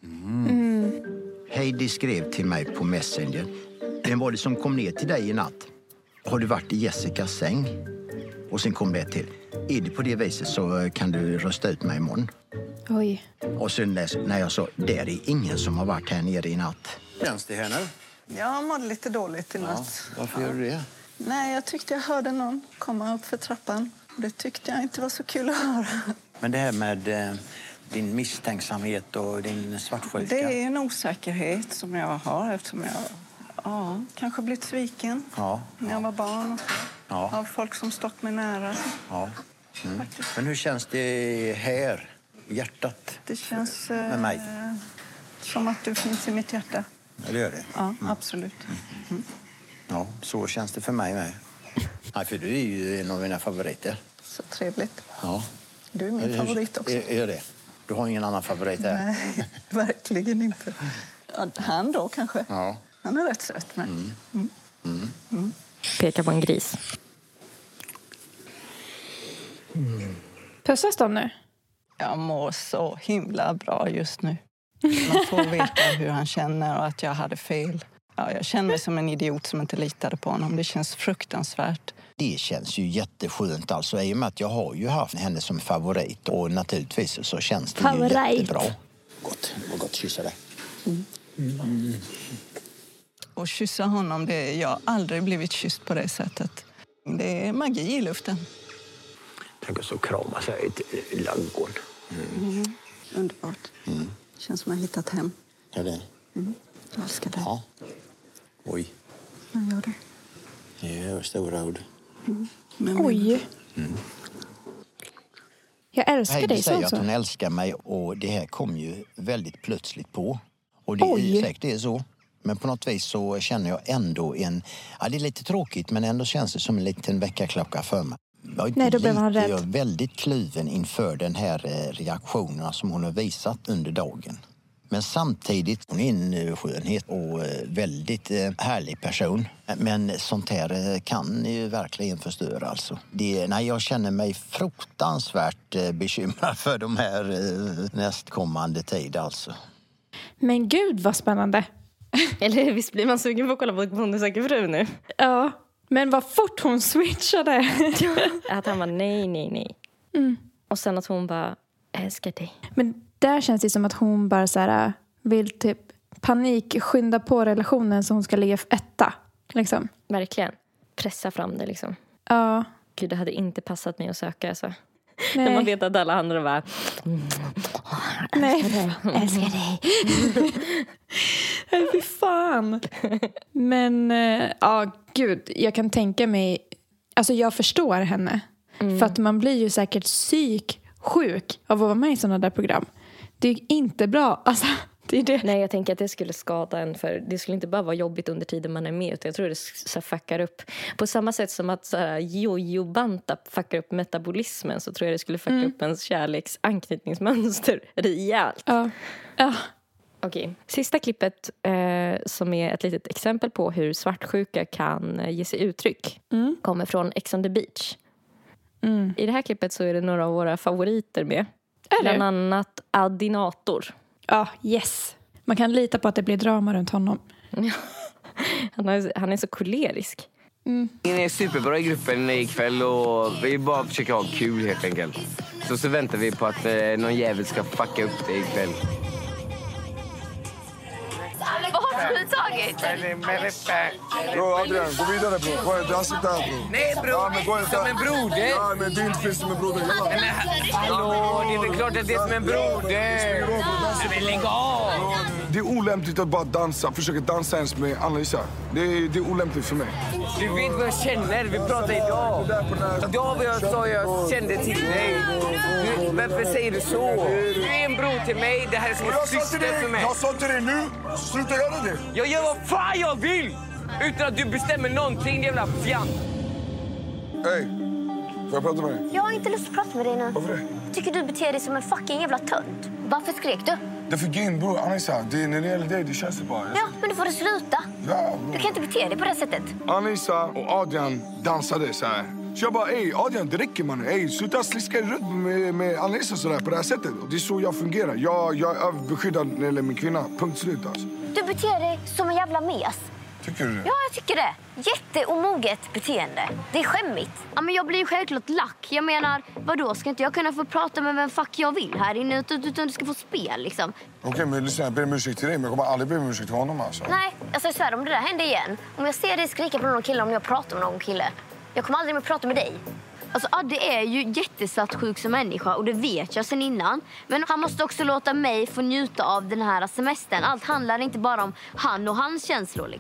Heidi skrev till mig på Messenger. Vem var det som kom ner till dig i natt? Har du varit i Jessicas säng? Och sen kom det till. Är det på det viset så kan du rösta ut mig imorgon. Oj. Och sen när jag sa, det är ingen som har varit här nere i natt. Känns det henne? Jag mådde lite dåligt i natt. Varför gör du det? Nej, jag tyckte jag hörde någon komma upp för trappan. Det tyckte jag inte var så kul att höra. Men det här med din misstänksamhet och din svartsjuka. Det är en osäkerhet som jag har eftersom jag kanske blivit sviken när jag var barn. Av folk som stått mig nära. Men hur känns det här hjärtat. Det känns med mig. Som att du finns i mitt hjärta. Ja, det gör det. Ja, absolut. Ja, så känns det för mig med. Nej, för du är ju en av mina favoriter. Så trevligt. Ja. Du är min favorit också. Är det? Du har ingen annan favorit här? Nej, verkligen inte. Ja, han då kanske. Ja. Han är rätt söt med. Peka på en gris. Pussas de nu? Jag mår så himla bra just nu. Man får veta hur han känner och att jag hade fel. Ja, jag känner mig som en idiot som inte litade på honom. Det känns fruktansvärt. Det känns ju jätteskönt alltså, i och med att jag har ju haft henne som favorit. Och naturligtvis så känns det ju jättebra. Gott, vad gott kyssa dig. Och kyssa honom, jag har aldrig blivit kysst på det sättet. Det är magi i luften. Tänk att krama sig i ladugården. Underbart. Känns som att jag har hittat hem. Ja, det. Jag älskar dig. Ja. Oj. Jag gör det. Det är stora ord. Oj. Jag älskar dig så. Säger att hon älskar mig och det här kom ju väldigt plötsligt på. Och det är säkert det är så. Men på något vis så känner jag ändå ja, det är lite tråkigt men ändå känns det som en liten väckarklocka för mig. Nej, då blev han rädd. Jag är väldigt kluven inför den här reaktionen som hon har visat under dagen. Men samtidigt, hon är en skönhet och väldigt härlig person. Men sånt här kan ju verkligen förstöra alltså. Jag känner mig fruktansvärt bekymrad för de här nästkommande tid alltså. Men gud vad spännande. Eller visst blir man sugen på att kolla på Bonde söker fru nu? Ja, men vad fort hon switchade. Att han var nej. Och sen att hon bara, älskar dig. Men där känns det som att hon bara så här, vill typ panik skynda på relationen så hon ska ligga etta. Liksom. Verkligen. Pressa fram det liksom. Ja. Gud, det hade inte passat mig att söka alltså. När man vet att alla andra bara... Nej. Älskar dig. Fy fan. Men, gud. Jag kan tänka mig... Alltså jag förstår henne. För att man blir ju säkert psyksjuk av att vara med i sådana där program. Det är inte bra. Alltså, det är det. Nej, jag tänker att det skulle skada en. För det skulle inte bara vara jobbigt under tiden man är med. Utan jag tror det så fuckar upp. På samma sätt som att jojo-banta fuckar upp metabolismen. Så tror jag det skulle fucka upp ens kärleksanknytningsmönster rejält. Ja. Okej. Sista klippet som är ett litet exempel på hur svartsjuka kan ge sig uttryck. Kommer från Ex on the Beach. I det här klippet så är det några av våra favoriter med. Bland annat Adinator. Ja, yes. Man kan lita på att det blir drama runt honom. Han är så kolerisk. Ni är superbra i gruppen ikväll och vi bara försöker ha kul helt enkelt. Så väntar vi på att någon jävel ska fucka upp det ikväll. Vad har du tagit? Bro, Adrian, gå vidare bro. Gå där, sitt där bro. Nej bro, ja, men som en broder. Ja, men det är inte finns som en broder. Hallå, det är väl klart att det är som en broder. Men lägg av. Det är olämpligt att bara dansa, försöka dansa ens med Anna-Lisa. Det är olämpligt för mig. Du vet vad jag känner, vi pratar idag. Idag vad jag sa jag kände till dig. Varför säger du så? Du är en bror till mig, det här är som en syster för mig. Jag sa till dig nu, sluta göra det. Jag gör vad fan jag vill! Utan att du bestämmer någonting, jävla fjant. Hej, får jag prata med dig? Jag har inte lust att prata med dig nu. Varför det? Jag tycker du beter dig som en fucking jävla tönt. Varför skrek du? Det är för gin, bror. Anissa, när det gäller dig, det känns det bara. Ja, men då får du sluta. Ja, du kan inte bete dig på det sättet. Anissa och Adrian dansade så här. Så jag bara, Adrian, det räcker man. Sluta sliska runt med Anissa så där på det här sättet. Och det är så jag fungerar. Jag är överbeskyddad när det gäller min kvinna. Punkt slut alltså. Du beter dig som en jävla mes. Tycker du det? Ja, jag tycker det. Jätteomoget beteende. Det är skämmigt. Ja, men jag blir ju självklart lack. Jag menar, vadå? Ska inte jag kunna få prata med vem fuck jag vill här inne utan du ska få spel, liksom? Okej, men lyssna, jag ber om ursäkt till dig, men jag kommer aldrig be om ursäkt till honom, alltså. Nej, alltså jag svär, om det där händer igen. Om jag ser dig skrika på någon kille, om jag pratar med någon kille. Jag kommer aldrig mer prata med dig. Alltså Adde är ju jättesvartsjuk som människa och det vet jag sedan innan. Men han måste också låta mig få njuta av den här semestern. Allt handlar inte bara om han och hans känslor liksom.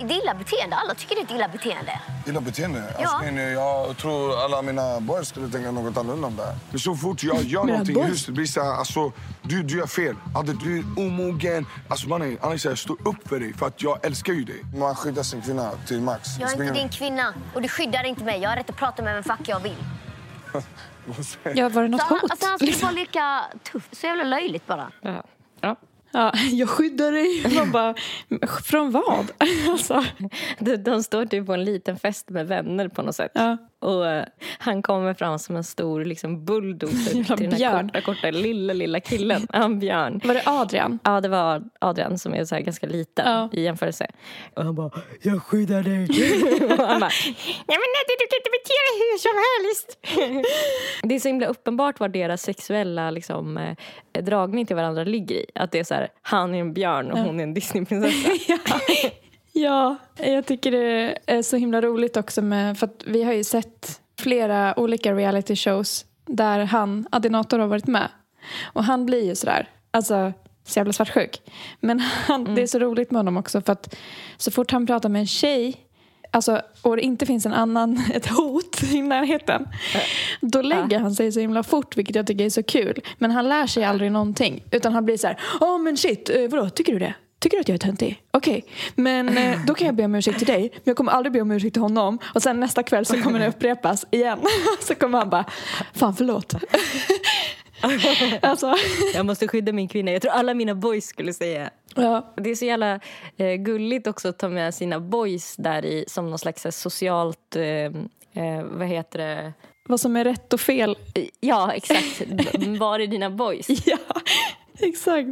det är illa beteende. Alla tycker det är ett illa beteende. Illa beteende? Ja. Alltså, jag tror alla mina boys skulle tänka något annorlunda om det här. Men så fort jag gör någonting i huset blir så här, alltså, du gör fel. Alltså, du är omogen. Alltså mannen, Alex, jag står upp för dig för att jag älskar ju dig. Man skyddar sin kvinna till max. Jag är inte din kvinna och du skyddar inte mig. Jag har rätt att prata med vem fuck jag vill. Ja, var det något hot? Alltså, han skulle vara lika tuff. Så jävla löjligt bara. Ja, jag skyddar dig. Man bara, från vad? Alltså. De står typ på en liten fest med vänner på något sätt. Ja. Och han kommer fram som en stor liksom bulldozer till den här korta lilla killen. Han Björn. Var det Adrian? Ja, det var Adrian som är så här ganska liten i jämförelse. Och han bara, jag skyddar dig. Och han bara, nej men nej, du kan inte bete dig hur som helst. Det är så himla uppenbart vad deras sexuella liksom, dragning till varandra ligger i. Att det är så här, han är en björn och hon är en Disneyprinsessa. Ja, jag tycker det är så himla roligt också med, för att vi har ju sett flera olika reality shows där Adinator har varit med. Och han blir ju sådär, alltså så jävla svartsjuk. Men det är så roligt med honom också för att så fort han pratar med en tjej, alltså, och det inte finns ett hot i närheten, då lägger han sig så himla fort, vilket jag tycker är så kul. Men han lär sig aldrig någonting, utan han blir så här, men shit, vadå, tycker du det? Tycker du att jag är töntig? Okej. Men då kan jag be om ursäkt till dig. Men jag kommer aldrig be om ursäkt till honom. Och sen nästa kväll så kommer det upprepas igen. Så kommer han bara, fan förlåt. Alltså. Jag måste skydda min kvinna. Jag tror alla mina boys skulle säga. Ja. Det är så jävla gulligt också att ta med sina boys där i, som någon slags socialt, vad heter det? Vad som är rätt och fel. Ja, exakt. Var är dina boys? Ja, exakt.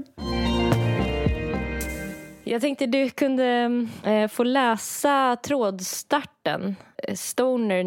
Jag tänkte du kunde få läsa trådstarten. Stoner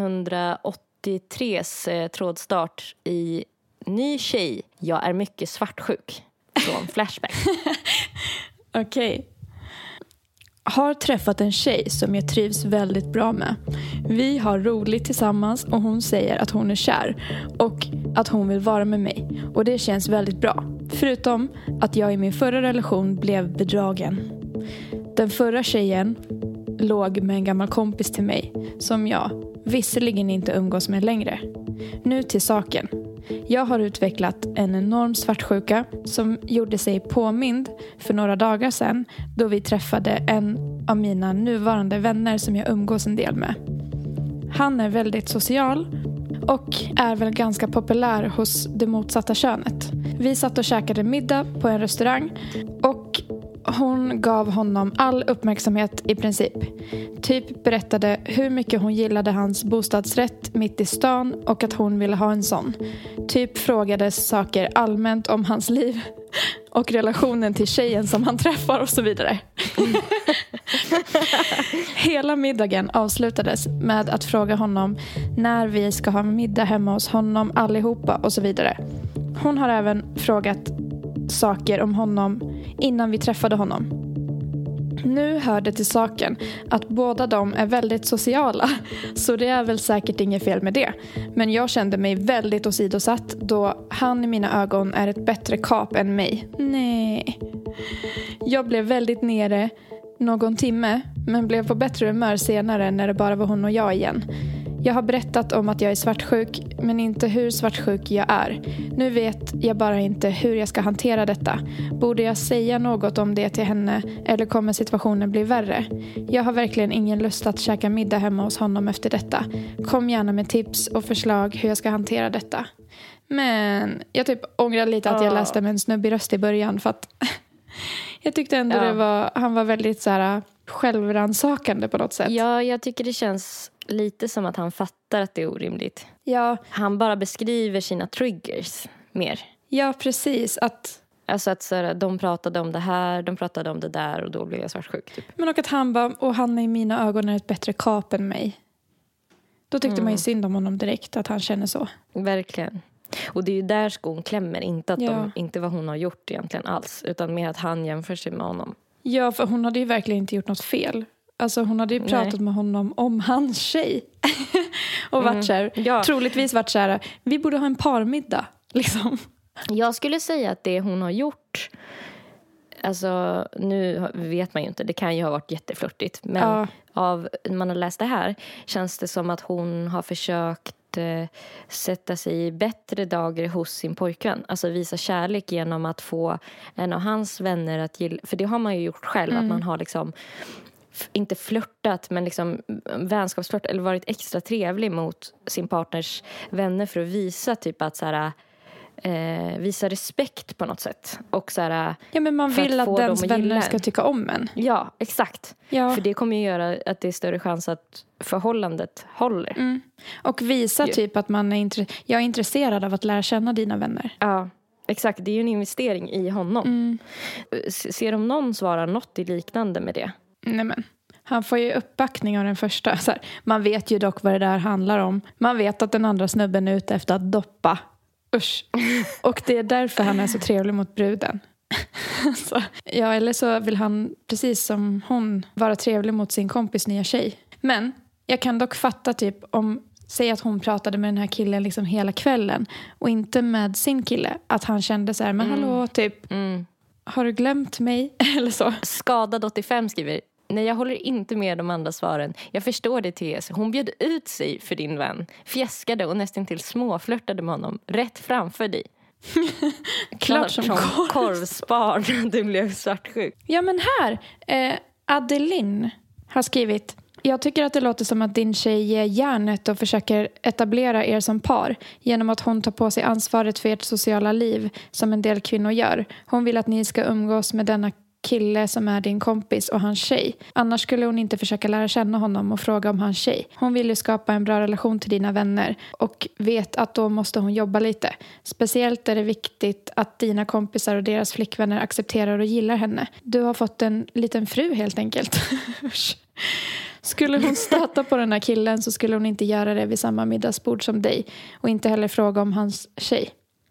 1983s trådstart i Ny tjej, jag är mycket svartsjuk. Från Flashback. Okej. Har träffat en tjej som jag trivs väldigt bra med. Vi har roligt tillsammans och hon säger att hon är kär och att hon vill vara med mig. Och det känns väldigt bra. Förutom att jag i min förra relation blev bedragen. Den förra tjejen låg med en gammal kompis till mig som jag visserligen inte umgås med längre. Nu till saken. Jag har utvecklat en enorm svartsjuka som gjorde sig påmind för några dagar sedan då vi träffade en av mina nuvarande vänner som jag umgås en del med. Han är väldigt social och är väl ganska populär hos det motsatta könet. Vi satt och käkade middag på en restaurang och hon gav honom all uppmärksamhet i princip. Typ berättade hur mycket hon gillade hans bostadsrätt mitt i stan och att hon ville ha en sån. Typ frågade saker allmänt om hans liv och relationen till tjejen som han träffar och så vidare. Hela middagen avslutades med att fråga honom när vi ska ha middag hemma hos honom allihopa och så vidare. Hon har även frågat saker om honom innan vi träffade honom. Nu hör det till saken att båda de är väldigt sociala, så det är väl säkert inget fel med det. Men jag kände mig väldigt åsidosatt då han i mina ögon är ett bättre kap än mig. Nej. Jag blev väldigt nere någon timme, men blev på bättre humör senare när det bara var hon och jag igen. Jag har berättat om att jag är svartsjuk, men inte hur svartsjuk jag är. Nu vet jag bara inte hur jag ska hantera detta. Borde jag säga något om det till henne eller kommer situationen bli värre? Jag har verkligen ingen lust att käka middag hemma hos honom efter detta. Kom gärna med tips och förslag hur jag ska hantera detta. Men jag typ ångrar lite att jag läste med en snubbig röst i början för att jag tyckte ändå han var väldigt så här självransakande på något sätt. Ja, jag tycker det känns lite som att han fattar att det är orimligt. Ja. Han bara beskriver sina triggers mer. Ja, precis. Alltså att så här, de pratade om det här, de pratade om det där och då blev jag svartsjuk. Typ. Men och att han bara, och han i mina ögon är ett bättre kap än mig. Då tyckte man ju synd om honom direkt, att han känner så. Verkligen. Och det är ju där skon klämmer, inte att inte vad hon har gjort egentligen alls, utan mer att han jämför sig med honom. Ja, för hon hade ju verkligen inte gjort något fel. Alltså hon hade ju pratat med honom om hans tjej. Och varit kär. Troligtvis varit kära. Vi borde ha en parmiddag, liksom. Jag skulle säga att det hon har gjort, alltså nu vet man ju inte, det kan ju ha varit jätteflörtigt, men av man har läst det här känns det som att hon har försökt sätta sig i bättre dagar hos sin pojkvän. Alltså visa kärlek genom att få en av hans vänner att gilla, för det har man ju gjort själv, att man har liksom inte flörtat, men liksom vänskapsflört eller varit extra trevlig mot sin partners vänner för att visa typ att så här, visa respekt på något sätt. Och så här, ja, men man vill att dens vänner ska tycka om en. Ja, exakt. Ja. För det kommer ju göra att det är större chans att förhållandet håller. Och visa typ att man är jag är intresserad av att lära känna dina vänner. Ja, exakt. Det är ju en investering i honom. Ser om någon svarar något i liknande med det? Nej, men han får ju uppbackning av den första. Så här, man vet ju dock vad det där handlar om. Man vet att den andra snubben är ute efter att doppa. Usch. Och det är därför han är så trevlig mot bruden. Så, ja, eller så vill han, precis som hon, vara trevlig mot sin kompis nya tjej. Men jag kan dock fatta typ om, säg att hon pratade med den här killen liksom hela kvällen och inte med sin kille. Att han kände så här, men hallå, typ, har du glömt mig? Eller så. Skadad 85 skriver: nej, jag håller inte med de andra svaren. Jag förstår det, TS. Hon bjöd ut sig för din vän. Fjäskade och nästan till småflörtade med honom. Rätt framför dig. Klart som korvspar. Du blev svartsjuk. Ja, men här. Adeline har skrivit: jag tycker att det låter som att din tjej ger järnet och försöker etablera er som par genom att hon tar på sig ansvaret för ert sociala liv som en del kvinnor gör. Hon vill att ni ska umgås med denna kille som är din kompis och hans tjej. Annars skulle hon inte försöka lära känna honom och fråga om hans tjej. Hon vill ju skapa en bra relation till dina vänner och vet att då måste hon jobba lite. Speciellt är det viktigt att dina kompisar och deras flickvänner accepterar och gillar henne. Du har fått en liten fru helt enkelt. Skulle hon stöta på den här killen så skulle hon inte göra det vid samma middagsbord som dig. Och inte heller fråga om hans tjej.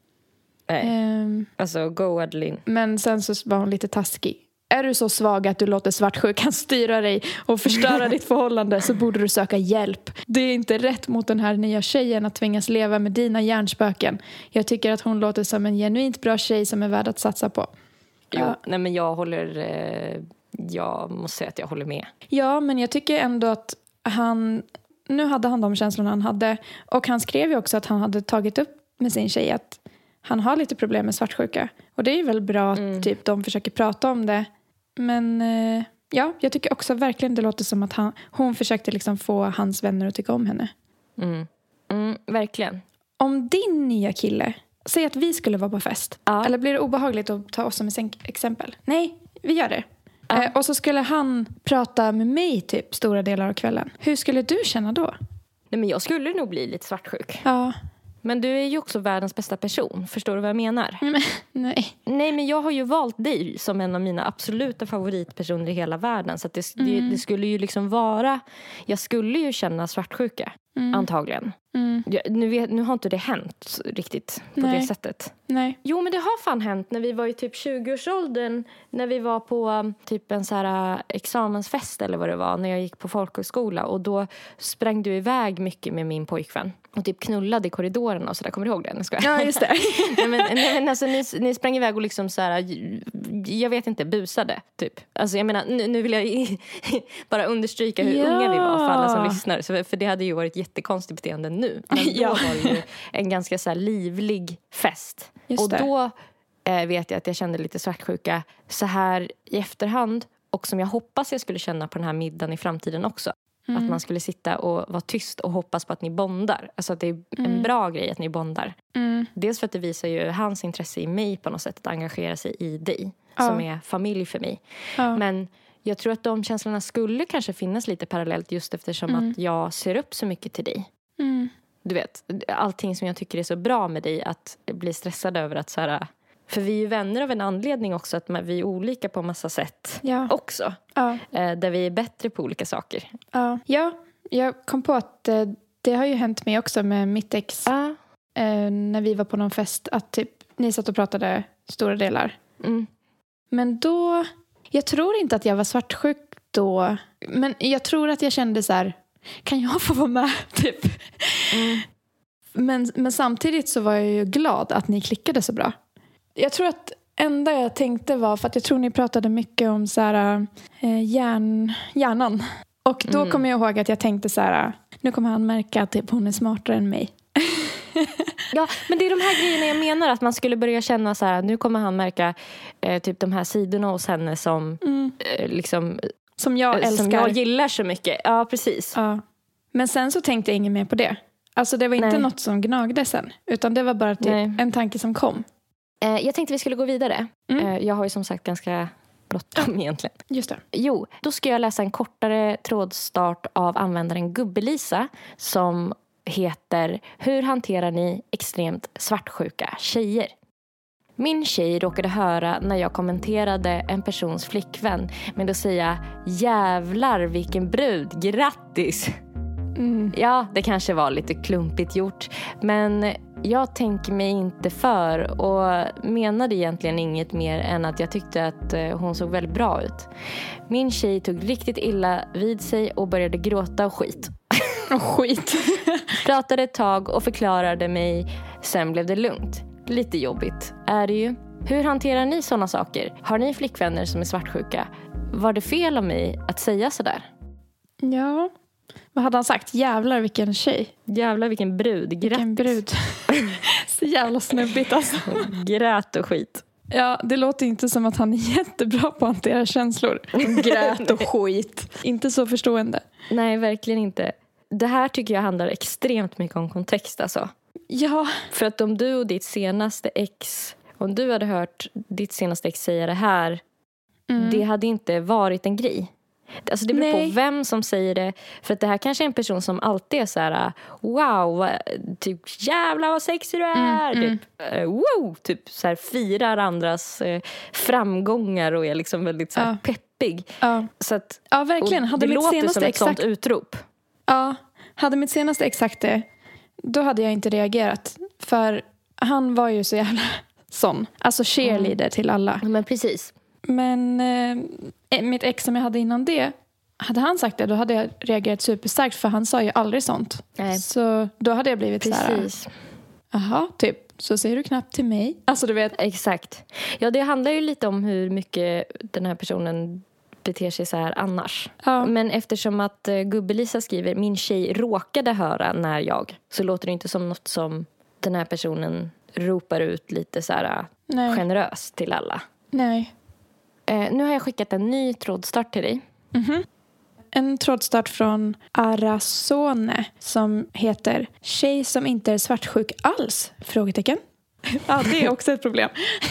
Nej, alltså go Adeline. Men sen så var hon lite taskig. Är du så svag att du låter svartsjuk kan styra dig och förstöra ditt förhållande så borde du söka hjälp. Det är inte rätt mot den här nya tjejen att tvingas leva med dina hjärnspöken. Jag tycker att hon låter som en genuint bra tjej som är värd att satsa på. Jo, nej men jag måste säga att jag håller med. Ja, men jag tycker ändå att nu hade han de känslorna han hade. Och han skrev ju också att han hade tagit upp med sin tjej att han har lite problem med svartsjuka. Och det är väl bra att typ, de försöker prata om det. Men ja, jag tycker också verkligen det låter som att hon försökte liksom få hans vänner att tycka om henne. Verkligen. Om din nya kille, säg att vi skulle vara på fest. Ja. Eller blir det obehagligt att ta oss som exempel? Nej, vi gör det. Ja. Och så skulle han prata med mig typ stora delar av kvällen. Hur skulle du känna då? Nej, men jag skulle nog bli lite svartsjuk. Ja. Men du är ju också världens bästa person. Förstår du vad jag menar? Nej. Nej, men jag har ju valt dig som en av mina absoluta favoritpersoner i hela världen. Så att det skulle ju liksom vara... Jag skulle ju känna svartsjuka, antagligen. Nu har inte det hänt riktigt på det sättet. Nej. Jo, men det har fan hänt när vi var i typ 20-årsåldern. När vi var på typ en så här examensfest eller vad det var. När jag gick på folkhögskola. Och då sprang du iväg mycket med min pojkvän. Och typ knullade i korridorerna och så där. Kommer du ihåg det? Ja, just det. nej, men alltså, ni sprang iväg och liksom så här, jag vet inte, busade typ. Alltså jag menar, nu vill jag bara understryka hur unga vi var för alla som lyssnar. För det hade ju varit jättekonstigt beteende nu. Men då var det ju en ganska så här livlig fest. Just och då vet jag att jag kände lite svartsjuka så här i efterhand. Och som jag hoppas jag skulle känna på den här middagen i framtiden också. Att man skulle sitta och vara tyst och hoppas på att ni bondar. Alltså att det är en bra grej att ni bondar. Dels för att det visar ju hans intresse i mig på något sätt. Att engagera sig i dig. Som är familj för mig. Men jag tror att de känslorna skulle kanske finnas lite parallellt. Just eftersom att jag ser upp så mycket till dig. Du vet, allting som jag tycker är så bra med dig. Att bli stressad över att så här... För vi är ju vänner av en anledning också. Att vi är olika på massa sätt också. Där vi är bättre på olika saker. Ja, jag kom på att det har ju hänt mig också med mitt ex. När vi var på någon fest. Att typ, ni satt och pratade stora delar. Men då... Jag tror inte att jag var svartsjuk då. Men jag tror att jag kände så här... Kan jag få vara med? Typ. Men samtidigt så var jag ju glad att ni klickade så bra. Jag tror att enda jag tänkte var, för att jag tror ni pratade mycket om så här, hjärnan. Och då kommer jag ihåg att jag tänkte så här, nu kommer han märka att typ, hon är smartare än mig. Ja, men det är de här grejerna jag menar, att man skulle börja känna så här, nu kommer han märka typ de här sidorna hos henne som liksom som jag älskar, som jag gillar så mycket. Ja, precis. Ja. Men sen så tänkte jag inget mer på det. Alltså det var inte något som gnagde sen, utan det var bara typ en tanke som kom. Jag tänkte vi skulle gå vidare. Jag har ju som sagt ganska bråttom egentligen. Just det. Jo, då ska jag läsa en kortare trådstart av användaren Gubbelisa som heter Hur hanterar ni extremt svartsjuka tjejer? Min tjej råkade höra när jag kommenterade en persons flickvän med att säga jävlar vilken brud, grattis! Ja, det kanske var lite klumpigt gjort, men jag tänker mig inte för och menade egentligen inget mer än att jag tyckte att hon såg väldigt bra ut. Min tjej tog riktigt illa vid sig och började gråta och skit. Pratade ett tag och förklarade mig, sen blev det lugnt. Lite jobbigt är det ju. Hur hanterar ni sådana saker? Har ni flickvänner som är svartsjuka? Var det fel av mig att säga sådär? Ja, vad hade han sagt? Jävlar vilken tjej. Jävlar vilken brud, grattis. Vilken brud. Så jävla snubbigt alltså. Grät och skit. Ja, det låter inte som att han är jättebra på att hantera känslor. Grät och skit. Inte så förstående. Nej, verkligen inte. Det här tycker jag handlar extremt mycket om kontext alltså. Ja. För att om du och ditt senaste ex, om du hade hört ditt senaste ex säga det här, det hade inte varit en grej. Alltså det beror på vem som säger det. För att det här kanske är en person som alltid är så här: wow, typ jävlar vad sexig du är. Typ, wow, typ så här firar andras framgångar och är liksom väldigt så här peppig. Så att, ja, verkligen. Hade det mitt låter senaste som ett sånt utrop. Ja, hade mitt senaste exakt det, då hade jag inte reagerat. För han var ju så jävla sån. Alltså cheerleader till alla. Men precis. Men mitt ex som jag hade innan det, hade han sagt det, då hade jag reagerat superstarkt. För han sa ju aldrig sånt. Nej. Så då hade jag blivit precis. Så här: aha, typ, så säger du knappt till mig. Alltså du vet. Exakt. Ja, det handlar ju lite om hur mycket den här personen beter sig så här annars. Ja. Men eftersom att Gubbelisa skriver min tjej råkade höra när jag, så låter det inte som något som den här personen ropar ut lite så här generöst till alla. Nej. Nu har jag skickat en ny trådstart till dig. En trådstart från Arasone som heter Tjej som inte är svartsjuk alls? Frågetecken. Ja, det är också ett problem.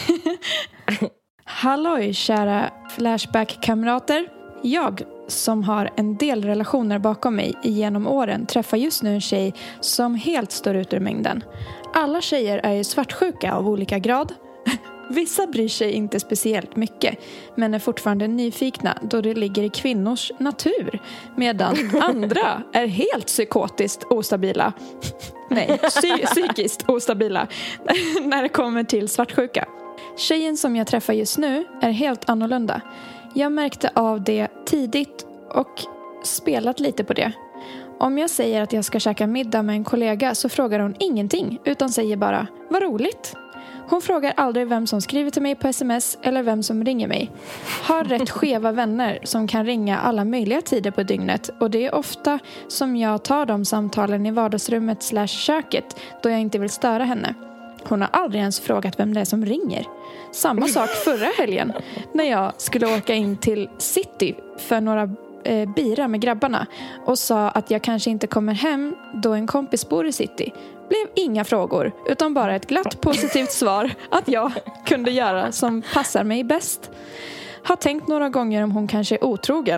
Halloj kära Flashback-kamrater. Jag som har en del relationer bakom mig genom åren träffar just nu en tjej som helt står ut ur mängden. Alla tjejer är ju svartsjuka av olika grad. Vissa bryr sig inte speciellt mycket, men är fortfarande nyfikna då det ligger i kvinnors natur. Medan andra är helt psykotiskt ostabila. Nej, psykiskt ostabila när det kommer till svartsjuka. Tjejen som jag träffar just nu är helt annorlunda. Jag märkte av det tidigt och spelat lite på det. Om jag säger att jag ska käka middag med en kollega så frågar hon ingenting utan säger bara, vad roligt. Hon frågar aldrig vem som skriver till mig på sms eller vem som ringer mig. Har rätt skeva vänner som kan ringa alla möjliga tider på dygnet. Och det är ofta som jag tar de samtalen i vardagsrummet/köket då jag inte vill störa henne. Hon har aldrig ens frågat vem det är som ringer. Samma sak förra helgen när jag skulle åka in till City för några bira med grabbarna och sa att jag kanske inte kommer hem då en kompis bor i City. Blev inga frågor utan bara ett glatt positivt svar att jag kunde göra som passar mig bäst. Har tänkt några gånger om hon kanske är otrogen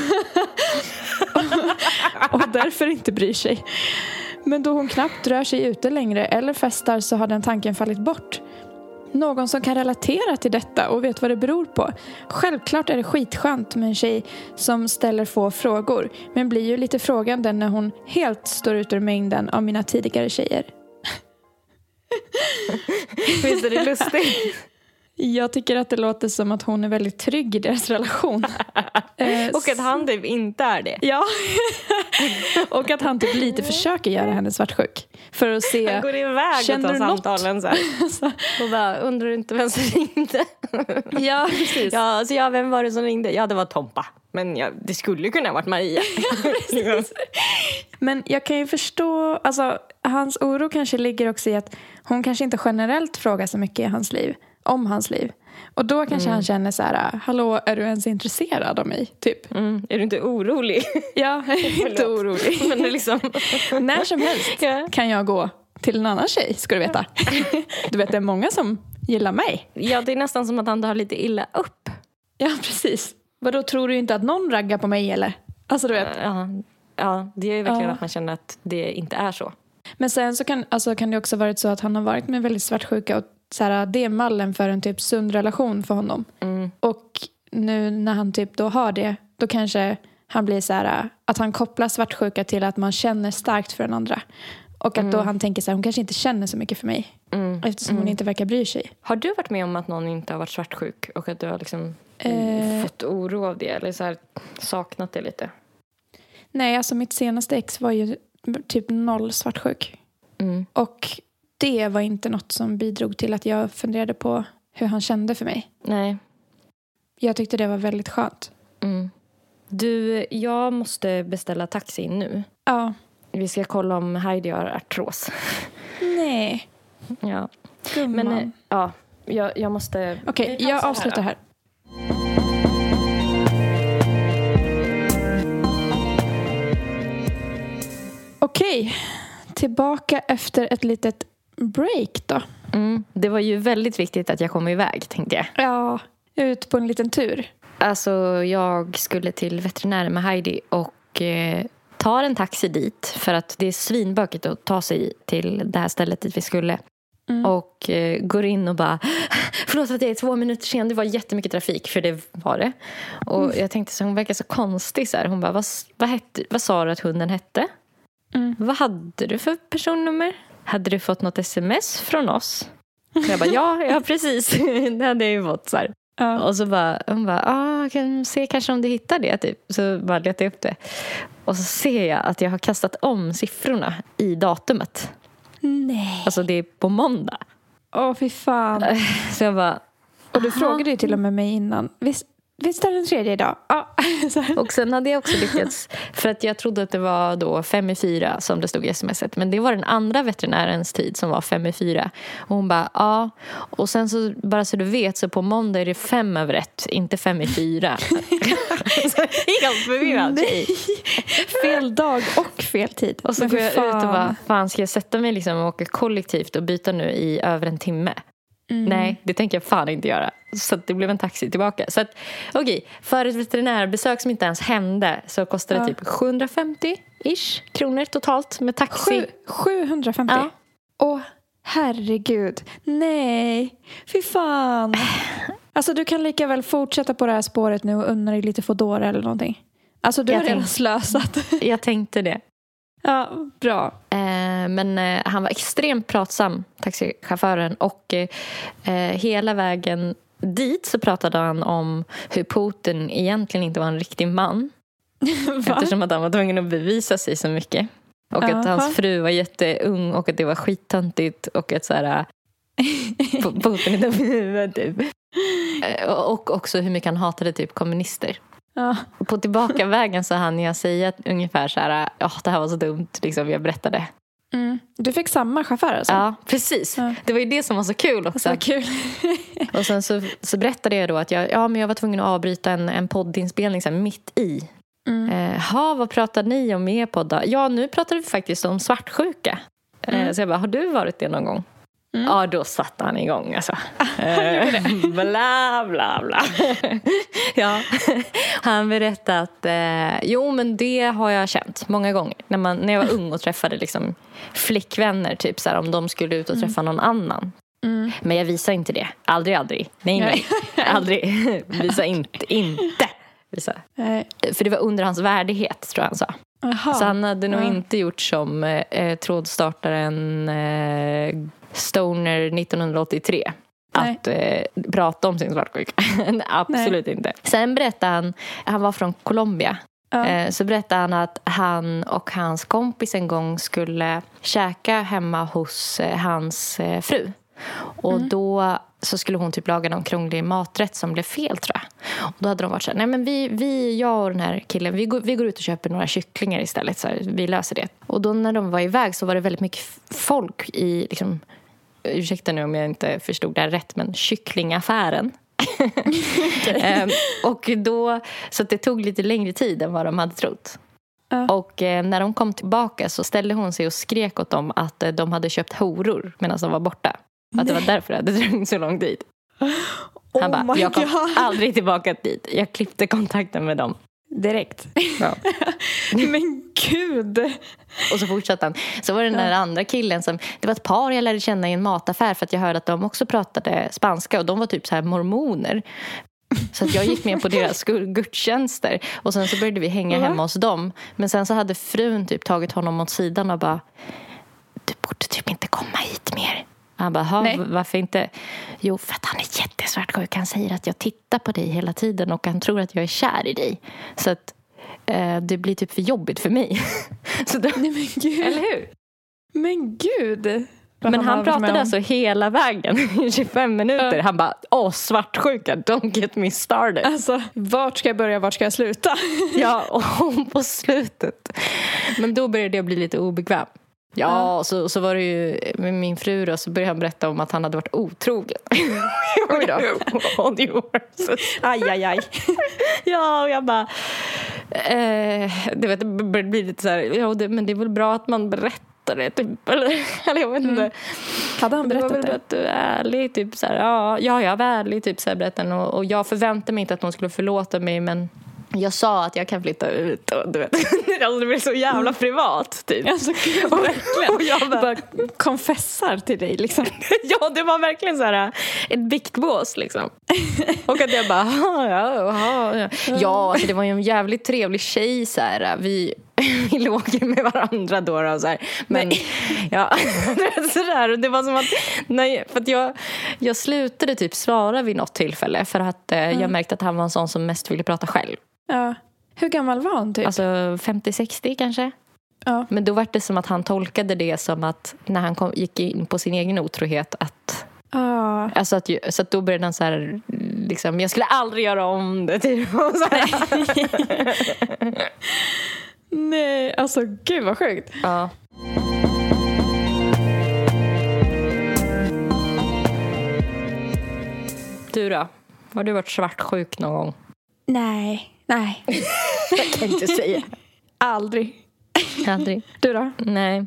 och därför inte bryr sig. Men då hon knappt rör sig ute längre eller festar så har den tanken fallit bort. Någon som kan relatera till detta och vet vad det beror på. Självklart är det skitskönt med en tjej som ställer få frågor. Men blir ju lite frågande när hon helt står ut ur mängden av mina tidigare tjejer. Visst är det lustigt? Jag tycker att det låter som att hon är väldigt trygg i deras relation. Och att han typ inte är det. Ja, Och att han typ lite försöker göra henne svartsjuk. För att se... Han går iväg och tar samtalen så här. Och bara, undrar du inte vem som ringde? Ja, precis. Ja, alltså, vem var det som ringde? Ja, det var Tompa. Men det skulle kunna ha varit Maria. Men jag kan ju förstå... Alltså, hans oro kanske ligger också i att hon kanske inte generellt frågar så mycket i hans liv. Om hans liv. Och då kanske han känner så här: hallå, är du ens intresserad av mig? Typ. Är du inte orolig? Ja, jag är inte orolig. Men det liksom... När som helst kan jag gå till en annan tjej, ska du veta. Du vet, det är många som gillar mig. Ja, det är nästan som att han har lite illa upp. Ja, precis. Vadå, tror du inte att någon raggar på mig, eller? Alltså, du vet. Ja, det är ju verkligen att man känner att det inte är så. Men sen så kan det också varit så att han har varit med väldigt svartsjuka och så här, det är mallen för en typ sund relation för honom. Och nu när han typ då har det, då kanske han blir så här, att han kopplar svartsjuka till att man känner starkt för den andra. Och att då han tänker så här, hon kanske inte känner så mycket för mig. Eftersom hon inte verkar bry sig. Har du varit med om att någon inte har varit svartsjuk och att du har liksom fått oro av det eller så här, saknat det lite? Nej, alltså mitt senaste ex var ju typ 0 svartsjuk. Och det var inte något som bidrog till att jag funderade på hur han kände för mig. Nej. Jag tyckte det var väldigt skönt. Du, jag måste beställa taxi nu. Ja. Vi ska kolla om Heidi har artros. Nej. Ja. Gumman. Men ja, jag måste... Okej, jag avslutar här. Okej, tillbaka efter ett litet break då. Det var ju väldigt viktigt att jag kom iväg, tänkte jag. Ja, ut på en liten tur. Alltså, jag skulle till veterinären med Heidi och tar en taxi dit. För att det är svinbökigt att ta sig till det här stället dit vi skulle. Och går in och bara, förlåt att jag är 2 minuter sen, det var jättemycket trafik, för det var det. Och jag tänkte så, hon verkar så konstig så här. Hon bara, vad sa du att hunden hette? Vad hade du för personnummer? Hade du fått något sms från oss? Jag bara, ja precis. Det hade jag ju fått så här. Och så bara, hon bara, kan se kanske om du hittar det typ. Så bara letade jag upp det. Och så ser jag att jag har kastat om siffrorna i datumet. Nej. Alltså det är på måndag. Fy fan. Så jag bara... Och du frågade ju till och med mig innan. Visst är det den 3:e idag? Ja. Och sen hade jag också lyckats. För att jag trodde att det var då 5:04 som det stod i smset. Men det var den andra veterinärens tid som var 5:04. Och hon bara, ja. Och sen så, bara så du vet, så på måndag är det 5:01, inte 5:04. Helt förvirrad. Nej. Fel dag och fel tid. Och så går jag ut och bara, fan, ska jag sätta mig liksom och åka kollektivt och byta nu i över en timme? Nej, det tänker jag fan inte göra. Så det blev en taxi tillbaka. Så att, okej, för ett veterinärbesök som inte ens hände så kostade det typ 750-ish kronor totalt med taxi. 750? Ja. Åh, herregud. Nej, fy fan. Alltså du kan lika väl fortsätta på det här spåret nu och unna dig lite Foodora eller någonting. Alltså du har redan slösat. Jag tänkte det. Ja, bra. Men han var extremt pratsam, taxichauffören. Och hela vägen dit så pratade han om hur Putin egentligen inte var en riktig man. Eftersom att han var tvungen att bevisa sig så mycket. Och att hans fru var jätteung och att det var skittöntigt. Och att så här, Putin är dum i huvudet typ. Och också hur mycket han hatade typ kommunister. Ja. På tillbakavägen så hann jag säga ungefär så här, det här var så dumt, liksom jag berättade. Du fick samma chaufför alltså? Ja, precis. Ja. Det var ju det som var så kul också. Så kul. Och sen så berättade jag då att jag var tvungen att avbryta en poddinspelning så här, mitt i. Vad pratade ni om i er podd? Ja, nu pratade vi faktiskt om svartsjuka. Så jag bara, har du varit det någon gång? Ja, då satte han igång alltså. Bla bla bla. Ja. Han berättade att jo, men det har jag känt många gånger när jag var ung och träffade liksom flickvänner typ så här, om de skulle ut och träffa någon annan. Men jag visar inte det. Aldrig. Nej. Aldrig. Visa inte. Visa. För det var under hans värdighet, tror jag han sa. Aha. Så han hade nog inte gjort som trådstartaren Stoner 1983. Att prata om sin svartsjuka. Absolut inte. Sen berättade han var från Colombia. Så berättade han att han och hans kompis en gång skulle käka hemma hos hans fru. Och då så skulle hon typ laga någon krånglig maträtt som blev fel, tror jag. Och då hade de varit så här, nej men jag och den här killen, vi går ut och köper några kycklingar istället, så här, vi löser det. Och då när de var iväg så var det väldigt mycket folk i, liksom, ursäkta nu om jag inte förstod det här rätt, men kycklingaffären. Och då, så att det tog lite längre tid än vad de hade trott. Och när de kom tillbaka så ställde hon sig och skrek åt dem att de hade köpt horor medan de var borta. Att det var därför det hade dragit så lång tid. Han bara, jag kom aldrig tillbaka dit. Jag klippte kontakten med dem direkt. Ja. Men gud. Och så fortsatte han. Så var det den där andra killen som, det var ett par jag lärde känna i en mataffär, för att jag hörde att de också pratade spanska och de var typ så här mormoner. Så att jag gick med på deras gudstjänster. Och sen så började vi hänga hemma hos dem. Men sen så hade frun typ tagit honom åt sidan och bara, du borde typ inte komma hit mer. Han bara, varför inte? Jo, för att han är jättesvartsjuk. Han säger att jag tittar på dig hela tiden och han tror att jag är kär i dig. Så att det blir typ för jobbigt för mig. Så då, nej men gud. Eller hur? Men gud. Men han pratade alltså hela vägen i 25 minuter. Han bara, svartsjuka, don't get me started. Alltså, vart ska jag börja, vart ska jag sluta? Ja, och på slutet. Men då började jag bli lite obekväm. Ja, så var det ju med min fru då, så började han berätta om att han hade varit otrogen. Oj då. Aj. Ja, och jag bara det blir lite så här, men det är väl bra att man berättar det typ, eller jag vet inte. Hade han berättat det? Var väl att du är ärlig typ så här, jag var ärlig typ så här, berättade, och jag förväntade mig inte att hon skulle förlåta mig, men jag sa att jag kan flytta ut och du vet, det blir så jävla privat typ. Alltså, verkligen. Och jag bara konfessar till dig liksom. Ja, det var verkligen så här ett biktbås liksom. Och att jag bara ja, alltså det var ju en jävligt trevlig tjej så här. Vi låg med varandra då och så här. Men ja, så där, och det var som att för att jag slutade typ svara vid något tillfälle för att jag märkte att han var en sån som mest ville prata själv. Ja. Hur gammal var han typ? Alltså 50-60 kanske. Ja. Men då var det som att han tolkade det som att när han gick in på sin egen otrohet att alltså så att då började han så här liksom, jag skulle aldrig göra om det typ. Och så här. Nej, alltså gud vad sjukt. Ja. Du då? Har du varit svartsjuk någon gång? Nej. Jag kan inte säga. Aldrig. Du då? Nej.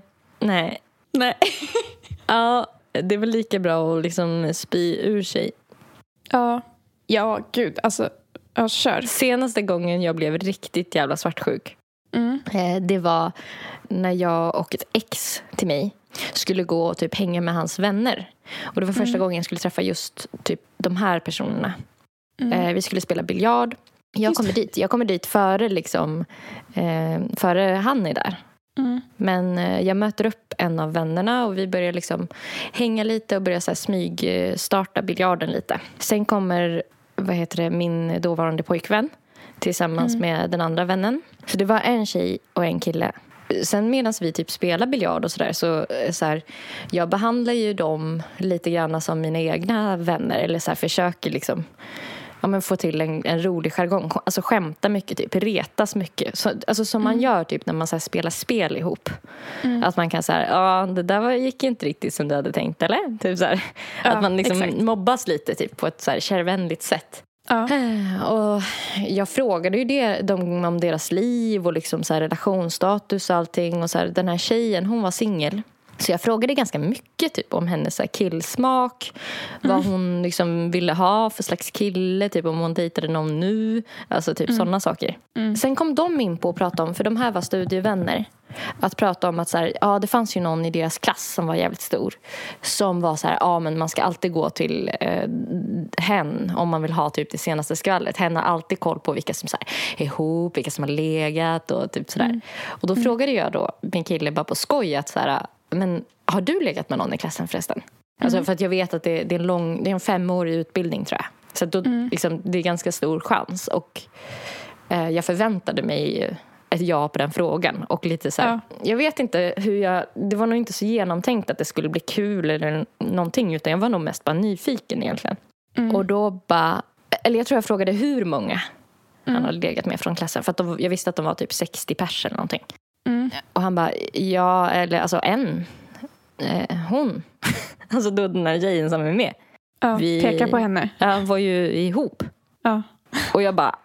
Ja, det är väl lika bra att liksom spy ur sig. Ja, gud. Alltså, kör. Senaste gången jag blev riktigt jävla svartsjuk. Det var när jag och ett ex till mig skulle gå och typ hänga med hans vänner. Och det var första gången jag skulle träffa just typ de här personerna. Vi skulle spela biljard. Jag kommer dit före liksom före han är där. Men jag möter upp en av vännerna och vi börjar liksom hänga lite och börjar så här smygstarta biljarden lite. Sen kommer min dåvarande pojkvän tillsammans med den andra vännen. Så det var en tjej och en kille. Sen medan vi typ spelar biljard och så här, jag behandlar ju dem lite grann som mina egna vänner, eller så här försöker liksom få till en rolig jargong, alltså skämta mycket typ, retas mycket, så, alltså som man gör typ när man så här spelar spel ihop, att man kan säga, det där gick inte riktigt som du hade tänkt, eller typ så här, att man liksom mobbas lite typ på ett så här kärvänligt sätt. Och jag frågade ju dem om deras liv och liksom så här relationsstatus och allting, och så här, den här tjejen, hon var singel. Så jag frågade ganska mycket typ om hennes så här killsmak, vad hon liksom ville ha för slags kille, typ om hon dejtade någon nu, alltså typ sådana saker. Sen kom de in på att prata om, för de här var studievänner, att prata om att så här, det fanns ju någon i deras klass som var jävligt stor, som var så här, men man ska alltid gå till hen om man vill ha typ det senaste skvallret. Hen har alltid koll på vilka som så här, är ihop, vilka som har legat och typ sådär. Och då frågade jag då min kille bara på skoj att så här, men har du legat med någon i klassen förresten? Alltså för att jag vet att det är en 5-årig utbildning, tror jag. Så att då, liksom, det är ganska stor chans. Och jag förväntade mig ett ja på den frågan. Och lite så här, jag vet inte det var nog inte så genomtänkt att det skulle bli kul eller någonting, utan jag var nog mest bara nyfiken egentligen. Och då eller jag tror jag frågade hur många han hade legat med från klassen, för att jag visste att de var typ 60 pers eller någonting. Och han bara, ja, eller alltså hon. Alltså då den här tjejen som är med. Ja, peka på henne. Ja, var ju ihop. Ja. Och jag bara,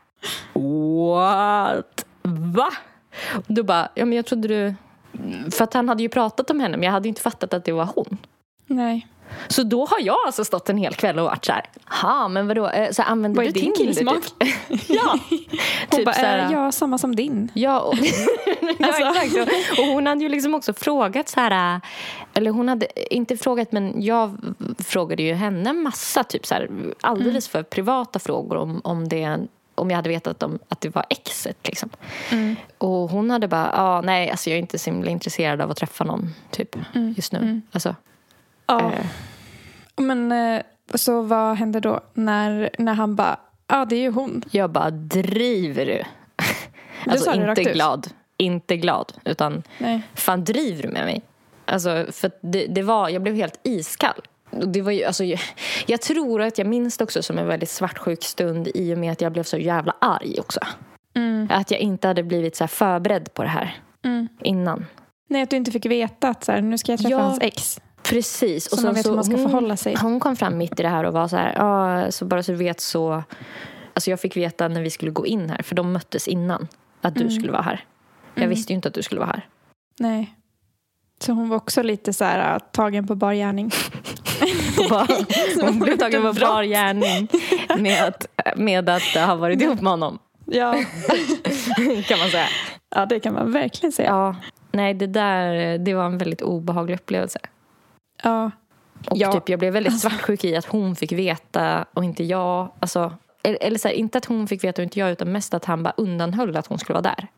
what? Va? Och då bara, ja men jag trodde du... För att han hade ju pratat om henne, men jag hade ju inte fattat att det var hon. Nej. Så då har jag alltså stått en hel kväll och varit så här, men vadå? Så använder du din Tinder? Ja. Hon typ bara, ja, samma som din. Ja, och, ja exakt. Och hon hade ju liksom också frågat så här, eller hon hade inte frågat, men jag frågade ju henne en massa typ så här, alldeles för privata frågor om jag hade vetat att det var exet liksom. Och hon hade bara, nej, alltså jag är inte så himla intresserad av att träffa någon typ just nu. Alltså. Ja. Men så vad hände då när han bara, det är ju hon. Jag bara, driver du? Alltså inte glad, utan fan, driver du med mig? Alltså, för det var, jag blev helt iskall. Det var ju, alltså, jag tror att jag minns det också som en väldigt svartsjuk stund, i och med att jag blev så jävla arg också. Att jag inte hade blivit så här förberedd på det här innan. Nej, att du inte fick veta att så här, nu ska jag träffa hans ex. Precis. Och så vet hur man ska förhålla sig. Hon kom fram mitt i det här och var så här, så bara så du vet så... Alltså jag fick veta när vi skulle gå in här, för de möttes innan att du skulle vara här. Jag visste ju inte att du skulle vara här. Nej. Så hon var också lite så här tagen på bar gärning. Hon blev tagen på bar gärning med att ha varit ihop med honom. Ja. Kan man säga. Ja, det kan man verkligen säga. Ja. Nej, det var en väldigt obehaglig upplevelse. Ja. Och typ jag blev väldigt svartsjuk i att hon fick veta och inte jag. Alltså, eller så här, inte att hon fick veta och inte jag, utan mest att han bara undanhöll att hon skulle vara där.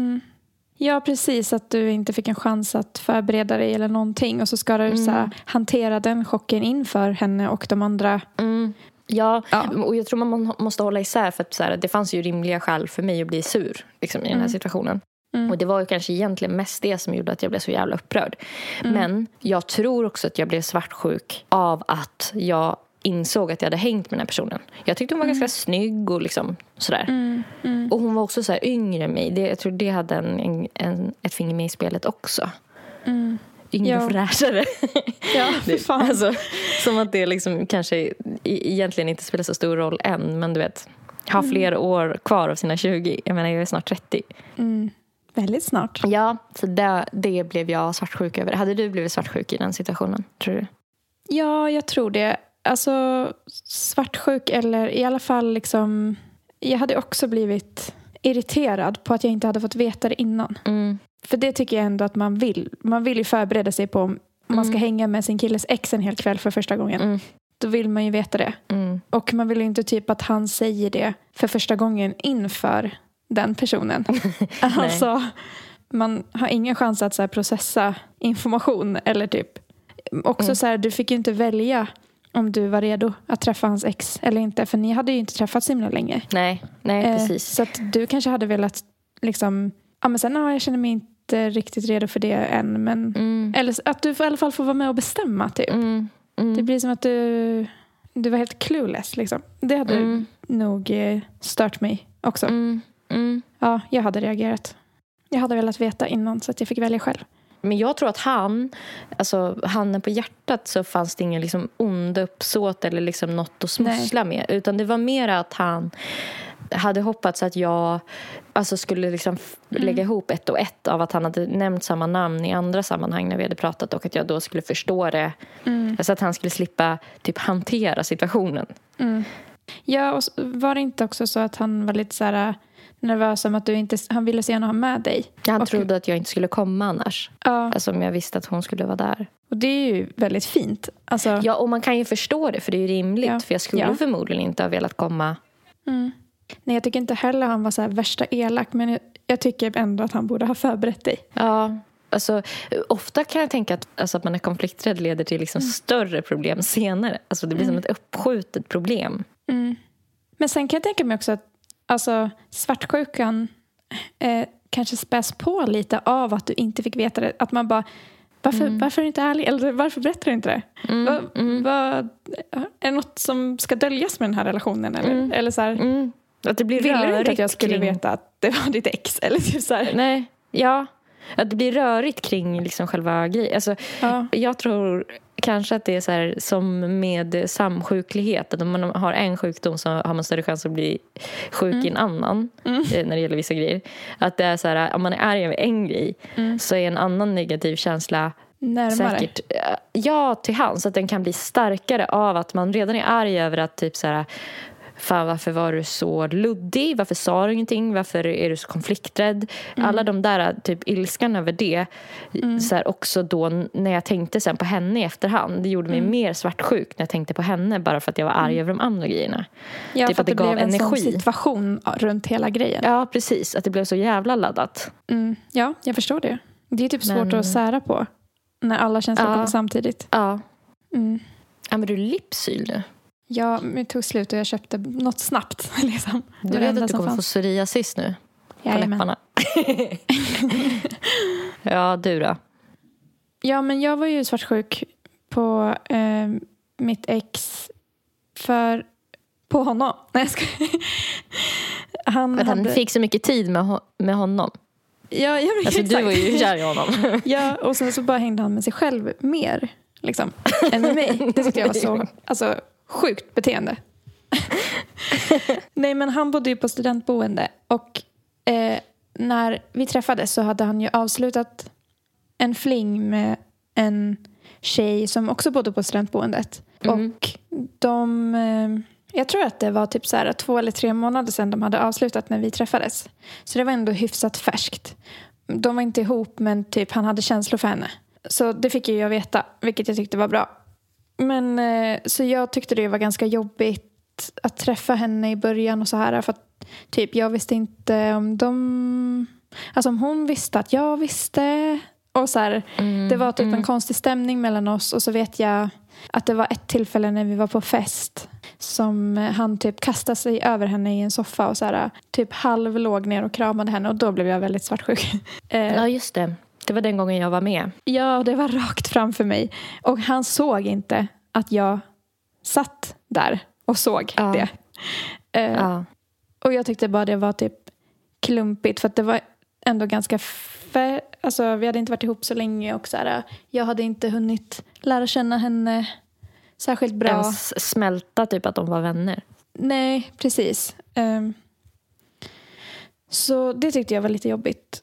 Ja, precis. Att du inte fick en chans att förbereda dig eller någonting. Och så ska du så här, hantera den chocken inför henne och de andra. Ja, och jag tror man måste hålla isär, för att så här, det fanns ju rimliga skäl för mig att bli sur liksom, i den här situationen. Och det var ju kanske egentligen mest det som gjorde att jag blev så jävla upprörd. Men jag tror också att jag blev svartsjuk av att jag insåg att jag hade hängt med den här personen. Jag tyckte hon var ganska snygg och liksom sådär. Och hon var också så här yngre än mig. Jag tror det hade ett finger med i spelet också. Yngre och fräschare. Ja, fan. Alltså, som att det liksom kanske egentligen inte spelar så stor roll än. Men du vet, har fler år kvar av sina 20. Jag menar, jag är snart 30. Väldigt snart. Ja, så det blev jag svartsjuk över. Hade du blivit svartsjuk i den situationen, tror du? Ja, jag tror det. Alltså, svartsjuk, eller i alla fall liksom... Jag hade också blivit irriterad på att jag inte hade fått veta det innan. För det tycker jag ändå att man vill. Man vill ju förbereda sig på om man ska hänga med sin killes ex en hel kväll för första gången. Då vill man ju veta det. Och man vill ju inte typ att han säger det för första gången inför den personen. Alltså, man har ingen chans att så här, processa information. Eller typ också så här, du fick ju inte välja om du var redo att träffa hans ex eller inte. För ni hade ju inte träffats himla länge. Nej, precis. Så att du kanske hade velat liksom... Ja, men sen jag känner mig inte riktigt redo för det än. Men, eller att du i alla fall får vara med och bestämma typ. Det blir som att du var helt clueless liksom. Det hade nog stört mig också. Ja, jag hade reagerat. Jag hade velat veta innan så att jag fick välja själv. Men jag tror att handen på hjärtat, så fanns det ingen liksom ond uppsåt eller liksom något att smussla med. Utan det var mer att han hade hoppats att jag skulle liksom lägga ihop ett och ett av att han hade nämnt samma namn i andra sammanhang när vi hade pratat, och att jag då skulle förstå det. Alltså att han skulle slippa typ hantera situationen. Ja, och var det inte också så att han var lite så här nervös om att han ville så gärna ha med dig? Han trodde att jag inte skulle komma annars. Ja. Alltså om jag visste att hon skulle vara där. Och det är ju väldigt fint. Alltså... Ja, och man kan ju förstå det, för det är ju rimligt. Ja. För jag skulle förmodligen inte ha velat komma. Nej, jag tycker inte heller han var så här värsta elak. Men jag tycker ändå att han borde ha förberett dig. Ja, alltså ofta kan jag tänka att man är konflikträdd leder till liksom större problem senare. Alltså det blir som ett uppskjutet problem. Men sen kan jag tänka mig också att alltså svartsjukan kanske späs på lite av att du inte fick veta det. Att man bara, varför är du inte ärlig? Eller varför berättar du inte det? Är det något som ska döljas med den här relationen? Eller så här, att det blir vill rörigt du inte att jag skulle veta att det var ditt ex? Eller typ så här. Nej, ja. Att det blir rörigt kring liksom själva grejen. Alltså, jag tror kanske att det är så här, som med samsjuklighet. Att om man har en sjukdom så har man större chans att bli sjuk i en annan. När det gäller vissa grejer. Att det är så här, om man är arg över en grej så är en annan negativ känsla närmare. Säkert, ja, till hands. Att den kan bli starkare av att man redan är arg över att typ så här, fan, varför var du så luddig? Varför sa du ingenting? Varför är du så konflikträdd? Alla de där typ ilskan över det så här, också då när jag tänkte sen på henne i efterhand, det gjorde mig mer svartsjuk när jag tänkte på henne bara för att jag var arg över de andra grejerna. Ja, typ för att det gav blev en energi. sån situation runt hela grejen. Ja, precis. Att det blev så jävla laddat. Ja, jag förstår det. Det är typ svårt att sära på när alla känslor kommer samtidigt. Ja. Använder du Lypsyl nu? Ja, det tog slut och jag köpte något snabbt. Liksom. Du vet att du kommer få psoriasis nu? På läpparna. Ja, du då? Ja, men jag var ju svartsjuk på mitt ex på honom. Nej, jag ska. Han fick så mycket tid med honom. Ja, alltså, du var ju kär i honom. Ja, och sen så bara hängde han med sig själv mer liksom, än med mig. Det tyckte jag var så sjukt beteende. Nej, men han bodde ju på studentboende. Och när vi träffades så hade han ju avslutat en fling med en tjej som också bodde på studentboendet. Och jag tror att det var typ så här 2 eller 3 månader sedan de hade avslutat när vi träffades. Så det var ändå hyfsat färskt. De var inte ihop, men typ han hade känslor för henne. Så det fick ju jag veta, vilket jag tyckte var bra. Men så jag tyckte det var ganska jobbigt att träffa henne i början och så här. För att typ jag visste inte om om hon visste att jag visste. Och så här, det var typ en konstig stämning mellan oss. Och så vet jag att det var ett tillfälle när vi var på fest som han typ kastade sig över henne i en soffa och så här, typ halv låg ner och kramade henne. Och då blev jag väldigt svartsjuk. Ja, just det. Det var den gången jag var med. Ja, det var rakt framför mig. Och han såg inte att jag satt där och såg det. Och jag tyckte bara det var typ klumpigt. För att det var ändå ganska alltså, vi hade inte varit ihop så länge. Och så här, jag hade inte hunnit lära känna henne särskilt bra. Ens smälta typ att de var vänner. Nej, precis. Så det tyckte jag var lite jobbigt.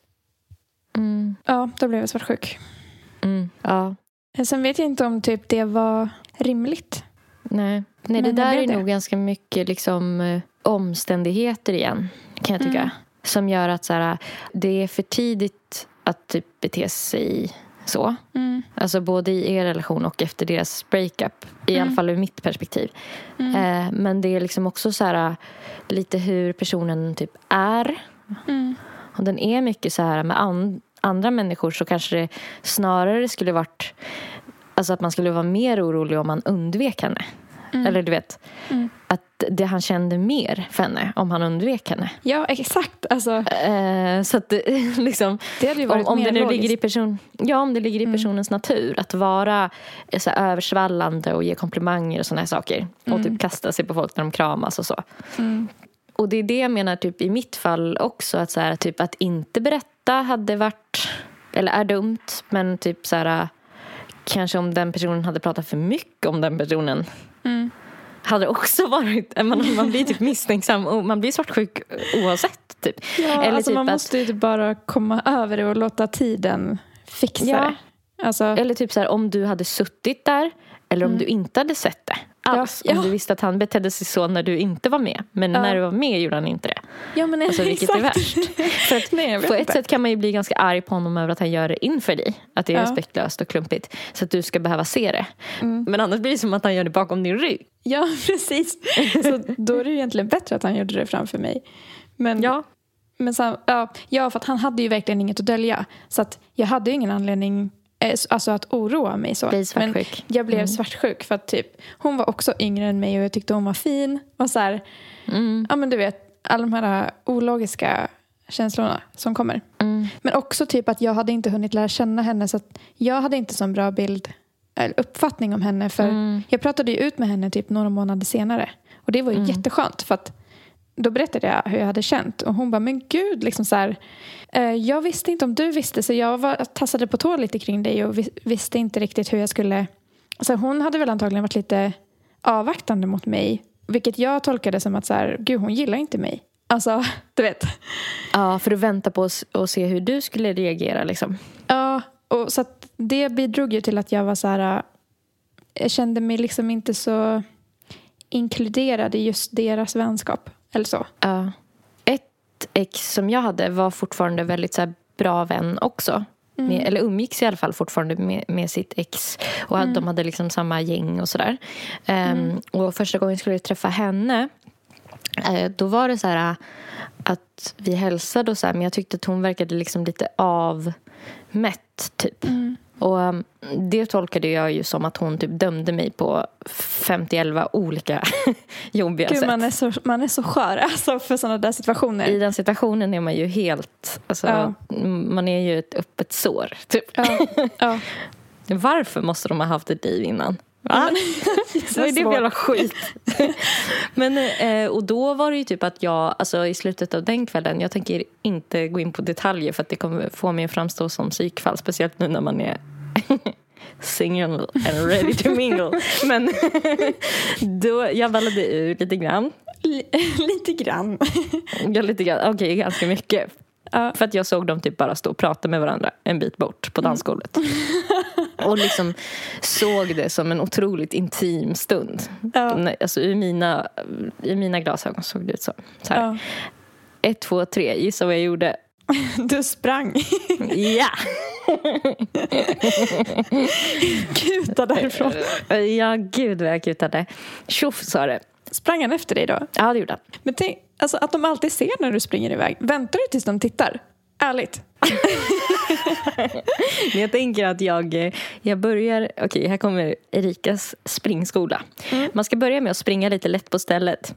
Ja, då blev jag svartsjuk. Ja. Sen vet jag inte om typ det var rimligt. Nej, det där är nog ganska mycket liksom omständigheter igen, kan jag tycka. Som gör att så här, det är för tidigt att typ bete sig så. Alltså både i er relation och efter deras breakup. I alla fall ur mitt perspektiv. Men det är liksom också så här lite hur personen typ är. Och den är mycket så här med andra människor så kanske det snarare skulle varit alltså att man skulle vara mer orolig om man undvek henne. Eller du vet att han kände mer för henne om han undvek henne. Ja, exakt. Alltså, så att liksom, det hade ju varit om det nu logiskt. ligger om det ligger i personens natur att vara så här, översvallande och ge komplimanger och såna här saker. Och typ kasta sig på folk när de kramas och så. Och det är det jag menar typ i mitt fall också. Att, så här, typ, att inte berätta hade varit, eller är dumt. Men typ så här, kanske om den personen hade pratat för mycket om den personen. Hade också varit, man blir typ misstänksam och man blir svartsjuk oavsett typ. Ja, eller alltså typ man måste ju bara komma över det och låta tiden fixa det. Alltså, eller typ så här, om du hade suttit där eller om du inte hade sett det alls. Om du visste att han betedde sig så när du inte var med. Men när du var med gjorde han inte det. Ja, men alltså, vilket är värst. För att på ett sätt kan man ju bli ganska arg på honom över att han gör det inför dig. Att det är respektlöst och klumpigt. Så att du ska behöva se det. Men annars blir det som att han gör det bakom din rygg. Ja, precis. Så då är det ju egentligen bättre att han gjorde det framför mig. Men, men så, för att han hade ju verkligen inget att dölja. Så att jag hade ju ingen anledning alltså att oroa mig så. Men jag blev svartsjuk för att typ hon var också yngre än mig och jag tyckte hon var fin och så här, ja men du vet alla de här ologiska känslorna som kommer. Men också typ att jag hade inte hunnit lära känna henne, så att jag hade inte så bra bild eller uppfattning om henne, för jag pratade ju ut med henne typ några månader senare, och det var ju jätteskönt, för att då berättade jag hur jag hade känt, och hon bara, men gud, liksom så här, jag visste inte om du visste, så jag tassade på tå lite kring dig och visste inte riktigt hur jag skulle, så hon hade väl antagligen varit lite avvaktande mot mig, vilket jag tolkade som att så här, gud, hon gillar inte mig. Alltså, du vet. Ja, för att vänta på att se hur du skulle reagera liksom. Ja, och så att det bidrog ju till att jag var så här, jag kände mig liksom inte så inkluderad i just deras vänskap eller så. Ja. Ett ex som jag hade var fortfarande väldigt så här bra vän också. Eller umgicks i alla fall fortfarande med sitt ex. Och de hade liksom samma gäng och sådär. Och första gången skulle jag träffa henne, då var det så här att vi hälsade och så här, men jag tyckte att hon verkade liksom lite avmätt typ. Och det tolkade jag ju som att hon typ dömde mig på 50-11 olika jobbiga sätt. Man är så skör alltså, för sådana där situationer. I den situationen är man ju helt, alltså, man är ju ett öppet sår typ. Ja. Varför måste de ha haft ett liv innan? Va? Vad är det för jävla skit? Men, och då var det ju typ att jag, alltså i slutet av den kvällen, jag tänker inte gå in på detaljer för att det kommer få mig att framstå som psykfall, speciellt nu när man är single and ready to mingle. Men då, jag vallade ur lite grann. Lite grann. Ja, lite grann. Okej, ganska mycket. För att jag såg dem typ bara stå och prata med varandra en bit bort på dansgolvet. Och liksom såg det som en otroligt intim stund. Alltså i mina glasögon såg det ut så här. 1, 2, 3, gissa vad jag gjorde. Du sprang. Ja. Kutade därifrån. Ja, gud vad jag kutade. Tjoff, sa det. Sprang han efter dig då? Ja, det gjorde han. Men tänk, alltså, att de alltid ser när du springer iväg. Väntar du tills de tittar? Ärligt. Men jag tänker att jag börjar... Okej, här kommer Erikas springskola. Man ska börja med att springa lite lätt på stället.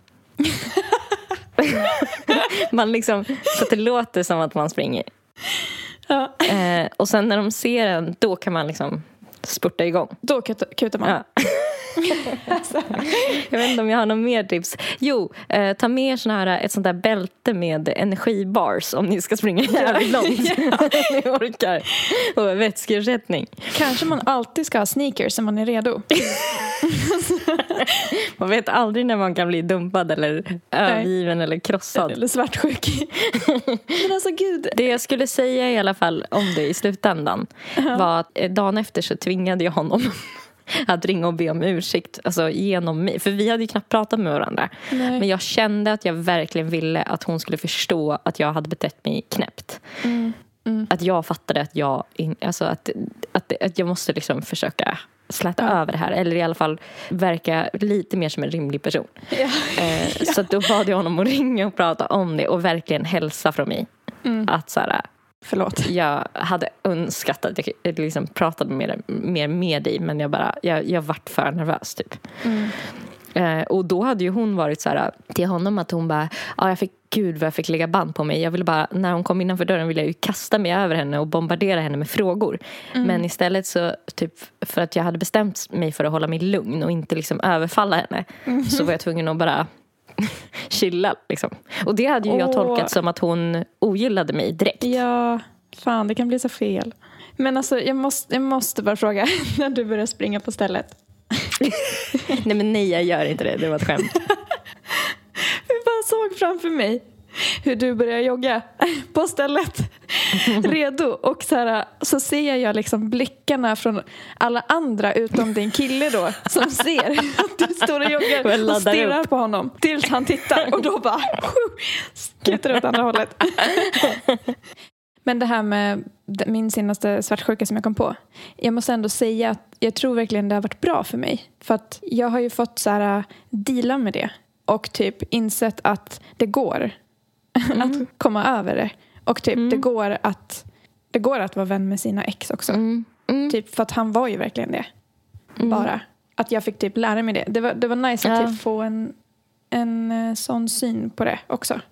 Man liksom, så att det låter som att man springer. Ja. Och sen när de ser en, då kan man liksom spurta igång. Då kutar man. Ja. Jag vet inte om jag har någon mer tips. Jo, ta med ett sånt där bälte med energibars om ni ska springa jävligt långt. Ni orkar. Och vätskeersättning. Kanske man alltid ska ha sneakers när man är redo. Man vet aldrig när man kan bli dumpad eller övergiven eller krossad. Eller svartsjuk. Men alltså gud. Det jag skulle säga i alla fall om det i slutändan var att dagen efter så tvingade jag honom att ringa och be om ursäkt, alltså genom mig. För vi hade ju knappt pratat med varandra. Nej. Men jag kände att jag verkligen ville att hon skulle förstå att jag hade betett mig knäppt. Att jag fattade att jag alltså att jag måste liksom försöka släta över det här. Eller i alla fall verka lite mer som en rimlig person. Så då bad jag honom att ringa och prata om det. Och verkligen hälsa från mig. Att så här, förlåt. Jag hade önskat att jag liksom pratade mer med dig. Men jag vart för nervös typ. Och då hade ju hon varit så här till honom att hon bara, gud vad jag fick lägga band på mig. Jag ville bara, när hon kom innanför dörren ville jag ju kasta mig över henne och bombardera henne med frågor. Men istället så typ, för att jag hade bestämt mig för att hålla mig lugn och inte liksom överfalla henne, så var jag tvungen att bara chilla liksom. Och det hade ju jag tolkat som att hon ogillade mig direkt. Ja, fan, det kan bli så fel. Men alltså, jag måste bara fråga när du börjar springa på stället. Nej, jag gör inte det. Det var ett skämt. Jag bara såg framför mig hur du börjar jogga på stället. Redo. Och så ser jag liksom blickarna från alla andra utom din kille då, som ser att du står och joggar och stirrar på honom tills han tittar. Och då bara skuttar åt andra hållet. Men det här med min senaste svartsjuka som jag kom på. Jag måste ändå säga att jag tror verkligen det har varit bra för mig. För att jag har ju fått så här deala med det. Och typ insett att det går att komma över det. Och typ det går att vara vän med sina ex också. Typ för att han var ju verkligen det. Bara. Att jag fick typ lära mig det. Det var nice att typ få en sån syn på det också.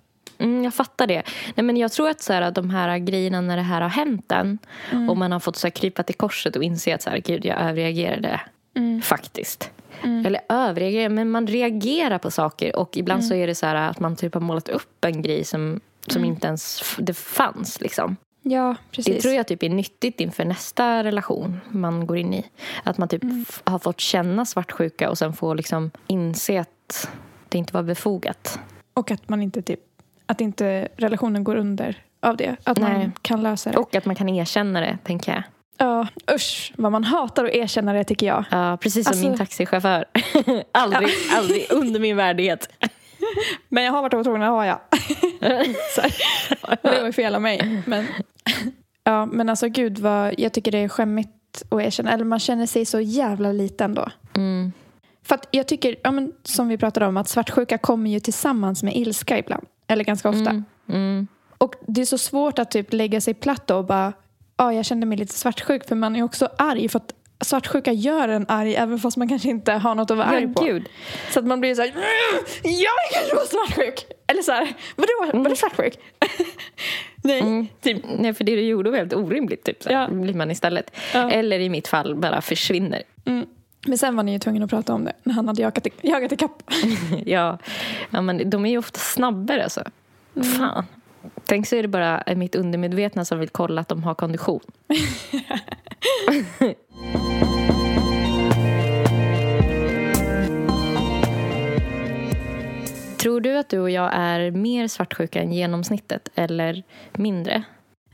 Jag fattar det. Nej, men jag tror att så här, de här grejerna när det här har hänt än och man har fått så här, krypa till korset och inse att så här, gud, jag överreagerade faktiskt. Eller överreagerar, men man reagerar på saker och ibland så är det så här att man typ har målat upp en grej som inte ens det fanns liksom. Ja, precis. Det tror jag typ är nyttigt inför nästa relation man går in i. Att man typ har fått känna svartsjuka och sen får liksom inse att det inte var befogat. Och att man inte typ, att inte relationen går under av det. Att man kan lösa det. Och att man kan erkänna det, tänker jag. Ja, usch, vad man hatar att erkänna det, tycker jag. Ja, precis som min taxichaufför. aldrig under min värdighet. Men jag har varit otrogen, har jag. Det var fel av mig. Men, ja, men alltså gud, jag tycker det är skämmigt att erkänna. Eller man känner sig så jävla liten då. För att jag tycker, ja, men, som vi pratade om, att svartsjuka kommer ju tillsammans med ilska ibland. Eller ganska ofta. Och det är så svårt att typ lägga sig platt och bara, jag kände mig lite svartsjuk. För man är också arg, för att svartsjuka gör en arg även fast man kanske inte har något att vara arg på. Gud. Så att man blir så här, jag kanske var svartsjuk. Eller så här, var du svartsjuk? Nej, typ. Nej, för det du gjorde var helt orimligt typ. Så blir man istället. Eller i mitt fall bara försvinner. Men sen var ni ju tvungen att prata om det när han hade jagat i kapp. ja, men de är ju ofta snabbare alltså. Fan. Tänk så är det bara mitt undermedvetna som vill kolla att de har kondition. Tror du att du och jag är mer svartsjuka än genomsnittet eller mindre?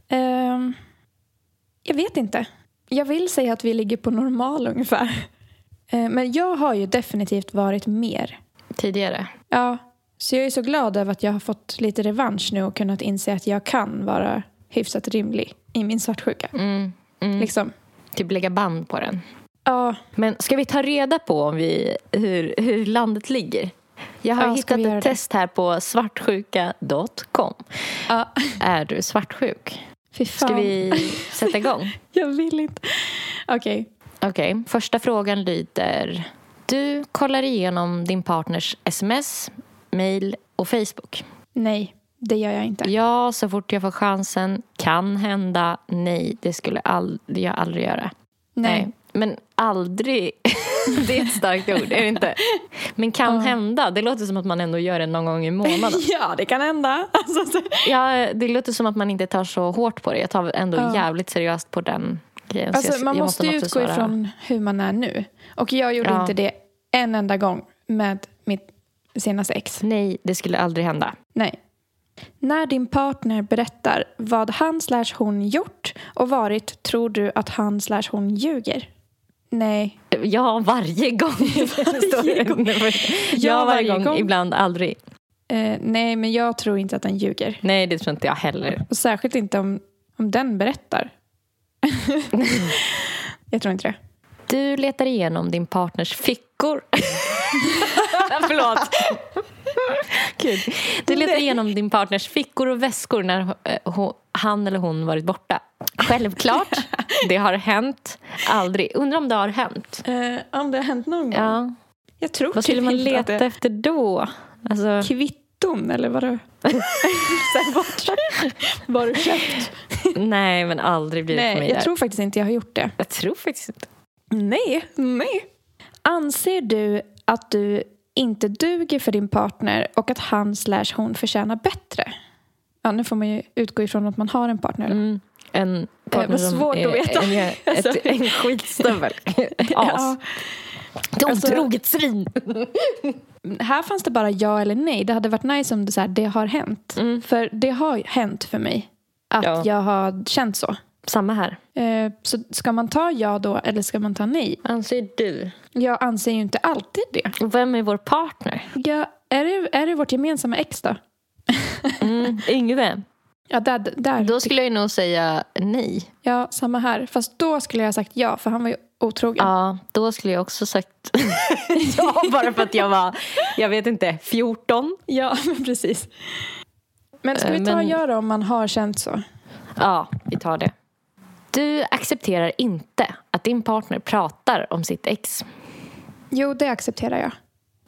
Jag vet inte. Jag vill säga att vi ligger på normal ungefär. Men jag har ju definitivt varit mer. Tidigare? Ja, så jag är så glad över att jag har fått lite revansch nu och kunnat inse att jag kan vara hyfsat rimlig i min svartsjuka. Liksom. Typ lägga band på den. Ja. Men ska vi ta reda på om hur landet ligger? Jag har hittat ett test här på svartsjuka.com. Är du svartsjuk? Fy fan. Ska vi sätta igång? Jag vill inte. Okej. Första frågan lyder: du kollar igenom din partners sms, mail och Facebook? Nej, det gör jag inte. Ja, så fort jag får chansen. Kan hända. Nej, det skulle jag aldrig göra. Nej. Men aldrig. Det är ett starkt ord, är det inte? Men kan hända. Det låter som att man ändå gör det någon gång i månaden. Ja, det kan hända. Ja, det låter som att man inte tar så hårt på det. Jag tar ändå jävligt seriöst på den grejen. Alltså, man måste utgå ifrån hur man är nu. Och jag gjorde inte det en enda gång med mitt senaste ex. Nej, det skulle aldrig hända. Nej. När din partner berättar vad han/hon gjort och varit, tror du att han/hon ljuger? Nej. Ja, varje gång. varje gång. Ibland aldrig. Nej, men jag tror inte att den ljuger. Nej, det tror inte jag heller. Och särskilt inte om den berättar. Jag tror inte det. Du letar igenom din partners fickor. Förlåt. Kul. Du letar igenom din partners fickor och väskor när han eller hon varit borta. Självklart. Det har hänt. Aldrig. Undrar om det har hänt. Om det har hänt någon gång. Ja. Jag tror. Vad skulle man leta efter då? Alltså... Kvitton eller vad du... Sen bort. Var du köpt? Nej, men aldrig blir det för mig. Jag tror faktiskt inte jag har gjort det. Jag tror faktiskt inte. Nej. Anser du att du inte duger för din partner och att han/hon förtjänar bättre? Ja, nu får man ju utgå ifrån att man har en partner. En partner som svårt att veta. En skitstövel. Ett as. Det är otroget svin. Här fanns det bara ja eller nej. Det hade varit nice om det har hänt. För det har hänt för mig att jag har känt så. Samma här. Så ska man ta ja då eller ska man ta nej? Anser du? Jag anser ju inte alltid det. Och vem är vår partner? Ja, är det vårt gemensamma ex då? Yngve. Ja, där. Då skulle jag nog säga nej. Ja, samma här. Fast då skulle jag ha sagt ja, för han var ju otrogen. Ja, då skulle jag också sagt ja, bara för att jag var, jag vet inte, 14. Ja, men precis. Men ska vi ta ja då om man har känt så? Ja, vi tar det. Du accepterar inte att din partner pratar om sitt ex. Jo, det accepterar jag.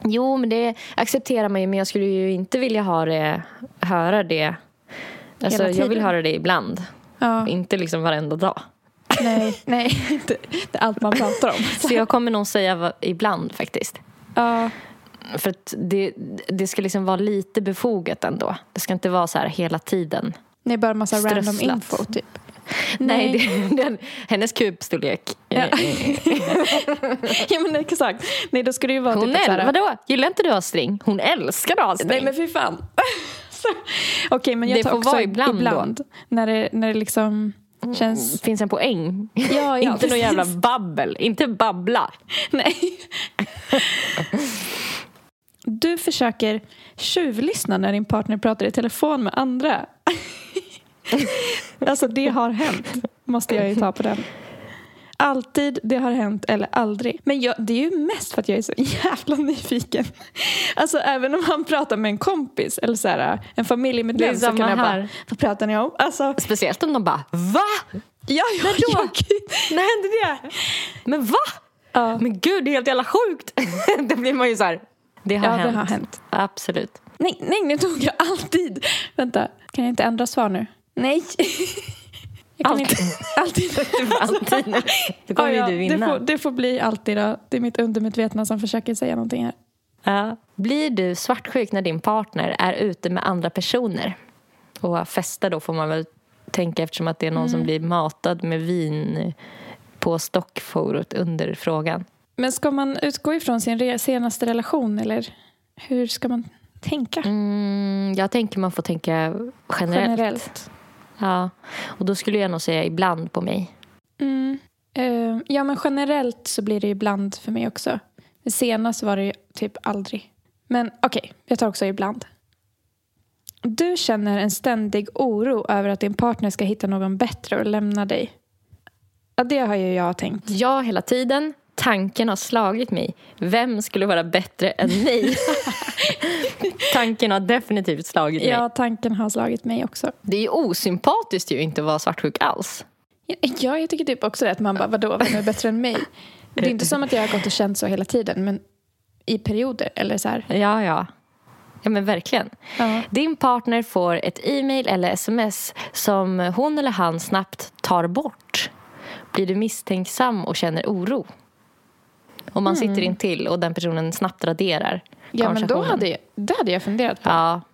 Jo, men det accepterar man ju. Men jag skulle ju inte vilja höra det. Alltså, jag vill höra det ibland. Ja. Inte liksom varenda dag. Nej, inte allt man pratar om. Så jag kommer nog säga ibland faktiskt. Ja. För att det ska liksom vara lite befogat ändå. Det ska inte vara så här hela tiden. Nej, bara en massa random info typ. Nej, hennes kubstorlek. Ja. Ja, men exakt. Nej, då ska det ju vara hon typ så här. Vadå? Gillar inte du att ha string? Hon älskar att ha string. Nej, men fy fan. Okej, men jag det tar får också vara ibland. När det liksom känns... Finns en poäng. Ja, inte någon jävla babbel. Inte babbla. Nej. Du försöker tjuvlyssna när din partner pratar i telefon med andra. Alltså det har hänt. Måste jag ju ta på den. Alltid, det har hänt eller aldrig. Men det är ju mest för att jag är så jävla nyfiken. Alltså även om han pratar med en kompis eller så här, en familjemedlem, så kan jag bara, vad pratar ni om? Alltså, speciellt om de bara, va? Ja, när hände det? Men va? Ja. Men gud, det är helt jävla sjukt. Då blir man ju så här, det har hänt. Absolut. Nej, nu tog jag alltid. Vänta, kan jag inte ändra svar nu? Nej. Jag kan inte. Alltid. Då kommer du vinna. Det får bli alltid då. Det är mitt undermedvetna som försöker säga någonting här. Ja. Blir du svartsjuk när din partner är ute med andra personer? Och festa då får man väl tänka, eftersom att det är någon som blir matad med vin på stockforumet under frågan. Men ska man utgå ifrån sin senaste relation eller hur ska man tänka? Jag tänker man får tänka generellt. Ja, och då skulle jag nog säga ibland på mig. Ja, men generellt så blir det ibland för mig också. Men senast var det ju typ aldrig. Men okej, jag tar också ibland. Du känner en ständig oro över att din partner ska hitta någon bättre och lämna dig. Ja, det har ju jag tänkt. Ja, hela tiden. Tanken har slagit mig. Vem skulle vara bättre än mig? Tanken har definitivt slagit mig. Ja, tanken har slagit mig också. Det är ju osympatiskt ju inte vara svartsjuk alls. Ja, jag tycker typ också det. Att man bara, vadå, vem är bättre än mig? Det är inte som att jag har gått och känt så hela tiden. Men i perioder, eller så här. Ja, men verkligen. Ja. Din partner får ett e-mail eller sms som hon eller han snabbt tar bort. Blir du misstänksam och känner oro? Om man sitter in till och den personen snabbt raderar. Ja, men då hade jag funderat på.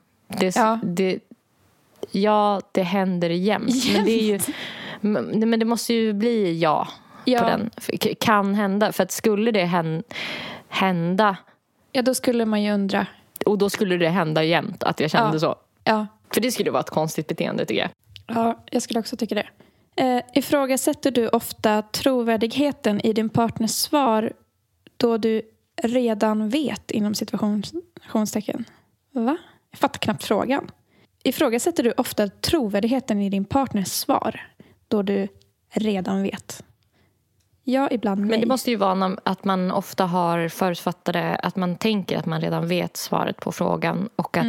Ja, det händer jämt. Men det är ju, men det måste ju bli på den. Kan hända. För att skulle det hända. Ja, då skulle man ju undra. Och då skulle det hända jämt att jag kände så. Ja. För det skulle vara ett konstigt beteende, tycker jag. Ja, jag skulle också tycka det. Ifrågasätter du ofta trovärdigheten i din partners svar då du redan vet inom situationstecken? Va? Jag fattar knappt frågan. Ifrågasätter du ofta trovärdigheten i din partners svar då du redan vet? Ja, ibland nej. Men det måste ju vara att man ofta har förutfattade, att man tänker att man redan vet svaret på frågan och att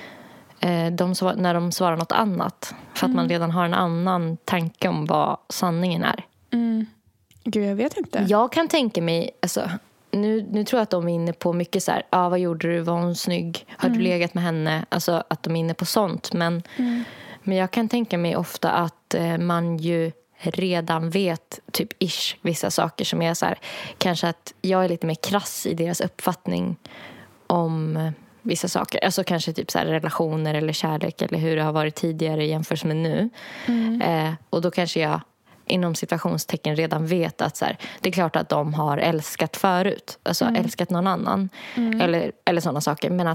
när de svarar något annat för att man redan har en annan tanke om vad sanningen är. Gud, jag vet inte. Jag kan tänka mig, alltså, nu tror jag att de är inne på mycket så här, vad gjorde du, var hon snygg, har du legat med henne, alltså att de är inne på sånt, men jag kan tänka mig ofta att man ju redan vet typ vissa saker som är så här, kanske att jag är lite mer krass i deras uppfattning om vissa saker, alltså kanske typ så här relationer eller kärlek eller hur det har varit tidigare jämfört med nu. Och då kanske jag inom situationstecken redan vet att så här, det är klart att de har älskat förut, alltså älskat någon annan eller sådana saker, men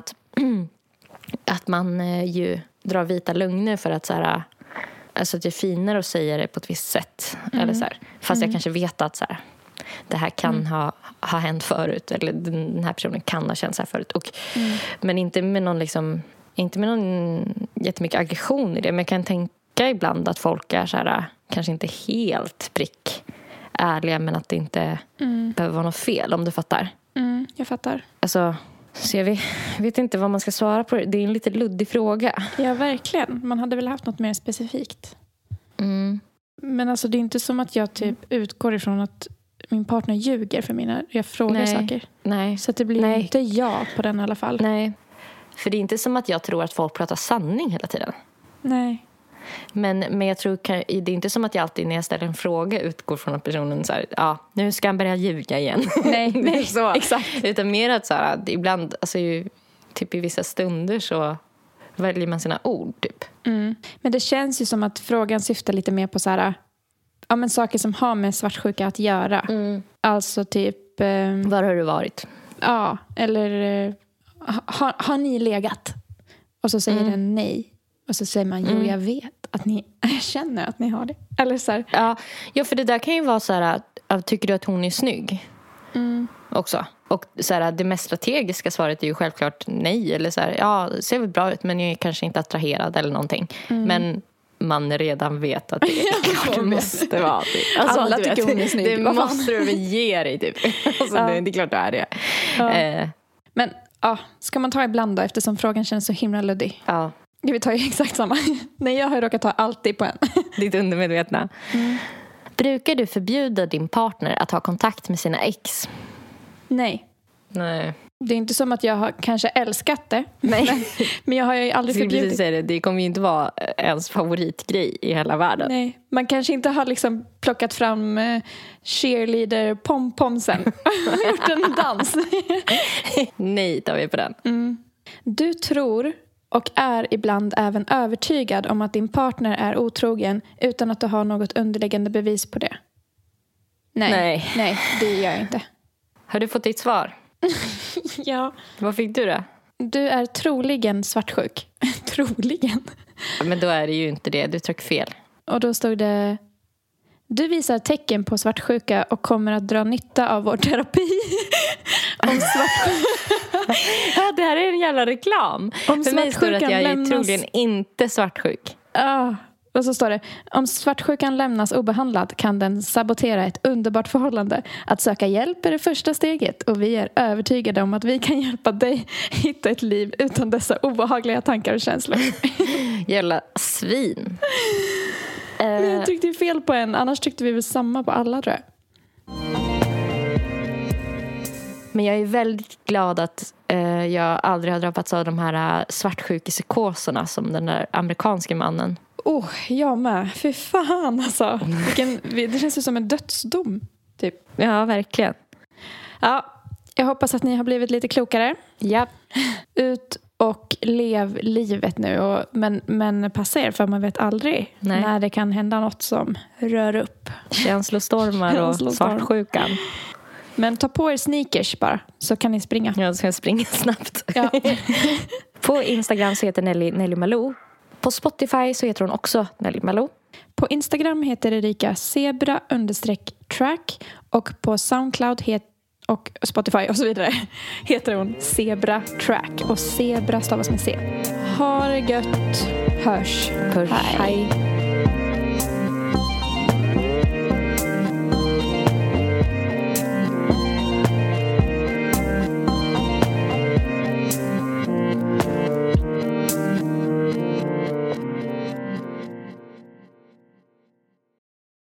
att man ju drar vita lögner för att så här, alltså att det är finare att säga det på ett visst sätt eller så här, fast jag kanske vet att så här, det här kan ha hänt förut, eller den här personen kan ha känt så här förut och, men inte med någon jättemycket aggression i det, men jag kan tänka ibland att folk är så här, kanske inte helt ärliga, men att det inte behöver vara något fel, om du fattar. Jag fattar. Alltså, så jag vet inte vad man ska svara på. Det är en lite luddig fråga. Ja, verkligen. Man hade väl haft något mer specifikt. Men alltså det är inte som att jag typ utgår ifrån att min partner ljuger för mig när jag frågar saker. Nej. Så att det blir inte ja på den i alla fall. Nej. För det är inte som att jag tror att folk pratar sanning hela tiden. Nej. Men jag tror det är inte som att jag alltid när jag ställer en fråga utgår från att personen så här, nu ska han börja ljuga igen. Nej, så. Exakt. Utan mer att så här, att ibland, alltså typ i vissa stunder så väljer man sina ord typ. Mm. Men det känns ju som att frågan syftar lite mer på så här, men saker som har med svartsjuka att göra. Mm. Alltså typ... Var har du varit? Ja, eller har ni legat? Och så säger den nej. Och så säger man, jag vet att ni känner att ni har det. Eller så här. Ja, för det där kan ju vara så här, tycker du att hon är snygg? Också. Och så här, det mest strategiska svaret är ju självklart nej. Eller så här, det ser väl bra ut men jag är kanske inte attraherad eller någonting. Men man redan vet att det måste vara det. Alltså, alla tycker hon är snygg. Det måste du väl ge dig typ. Alltså, det är klart det är det. Ja. Men ska man ta ibland då eftersom frågan känns så himla luddig? Ja. Vi tar ju exakt samma. Nej, jag har råkat ta alltid på en. Ditt undermedvetna. Brukar du förbjuda din partner att ha kontakt med sina ex? Nej. Det är inte som att jag har kanske älskat det. Nej. Men jag har ju aldrig förbjudit det. Det kommer ju inte vara ens favoritgrej i hela världen. Nej, man kanske inte har liksom plockat fram cheerleader pompomsen och gjort en dans. Nej, tar vi på den. Du tror och är ibland även övertygad om att din partner är otrogen utan att du har något underliggande bevis på det. Nej, det gör jag inte. Har du fått ditt svar? Ja. Vad fick du då? Du är troligen svartsjuk. Troligen. Men då är det ju inte det. Du tryck fel. Och då stod det: du visar tecken på svartsjuka och kommer att dra nytta av vår terapi. Om svartsjuka. Ja, det här är en jävla reklam. För mig står det att jag är troligen inte svartsjuk. Och så står det: om svartsjukan lämnas obehandlad kan den sabotera ett underbart förhållande. Att söka hjälp är det första steget och vi är övertygade om att vi kan hjälpa dig hitta ett liv utan dessa obehagliga tankar och känslor. Jävla svin. Jag tryckte fel på en, annars tyckte vi väl samma på alla, tror jag. Men jag är väldigt glad att jag aldrig har drabbats av de här svartsjukepsykoserna som den där amerikanska mannen. Jag med. Fy fan alltså. Det känns ju som en dödsdom typ. Ja, verkligen. Ja, jag hoppas att ni har blivit lite klokare. Ja. Ut och lev livet nu. Men passa er, för man vet aldrig när det kan hända något som rör upp. Känslostormar och svartsjukan. Men ta på er sneakers bara, så kan ni springa. Jag ska springa snabbt. Ja. På Instagram så heter Nelly Malou. På Spotify så heter hon också Nelly Malou. På Instagram heter Erika Zebra_track. Och på Soundcloud och Spotify och så vidare heter hon Zebra Track. Och Zebra stavas med C. Ha det gött. Hörs. Hej.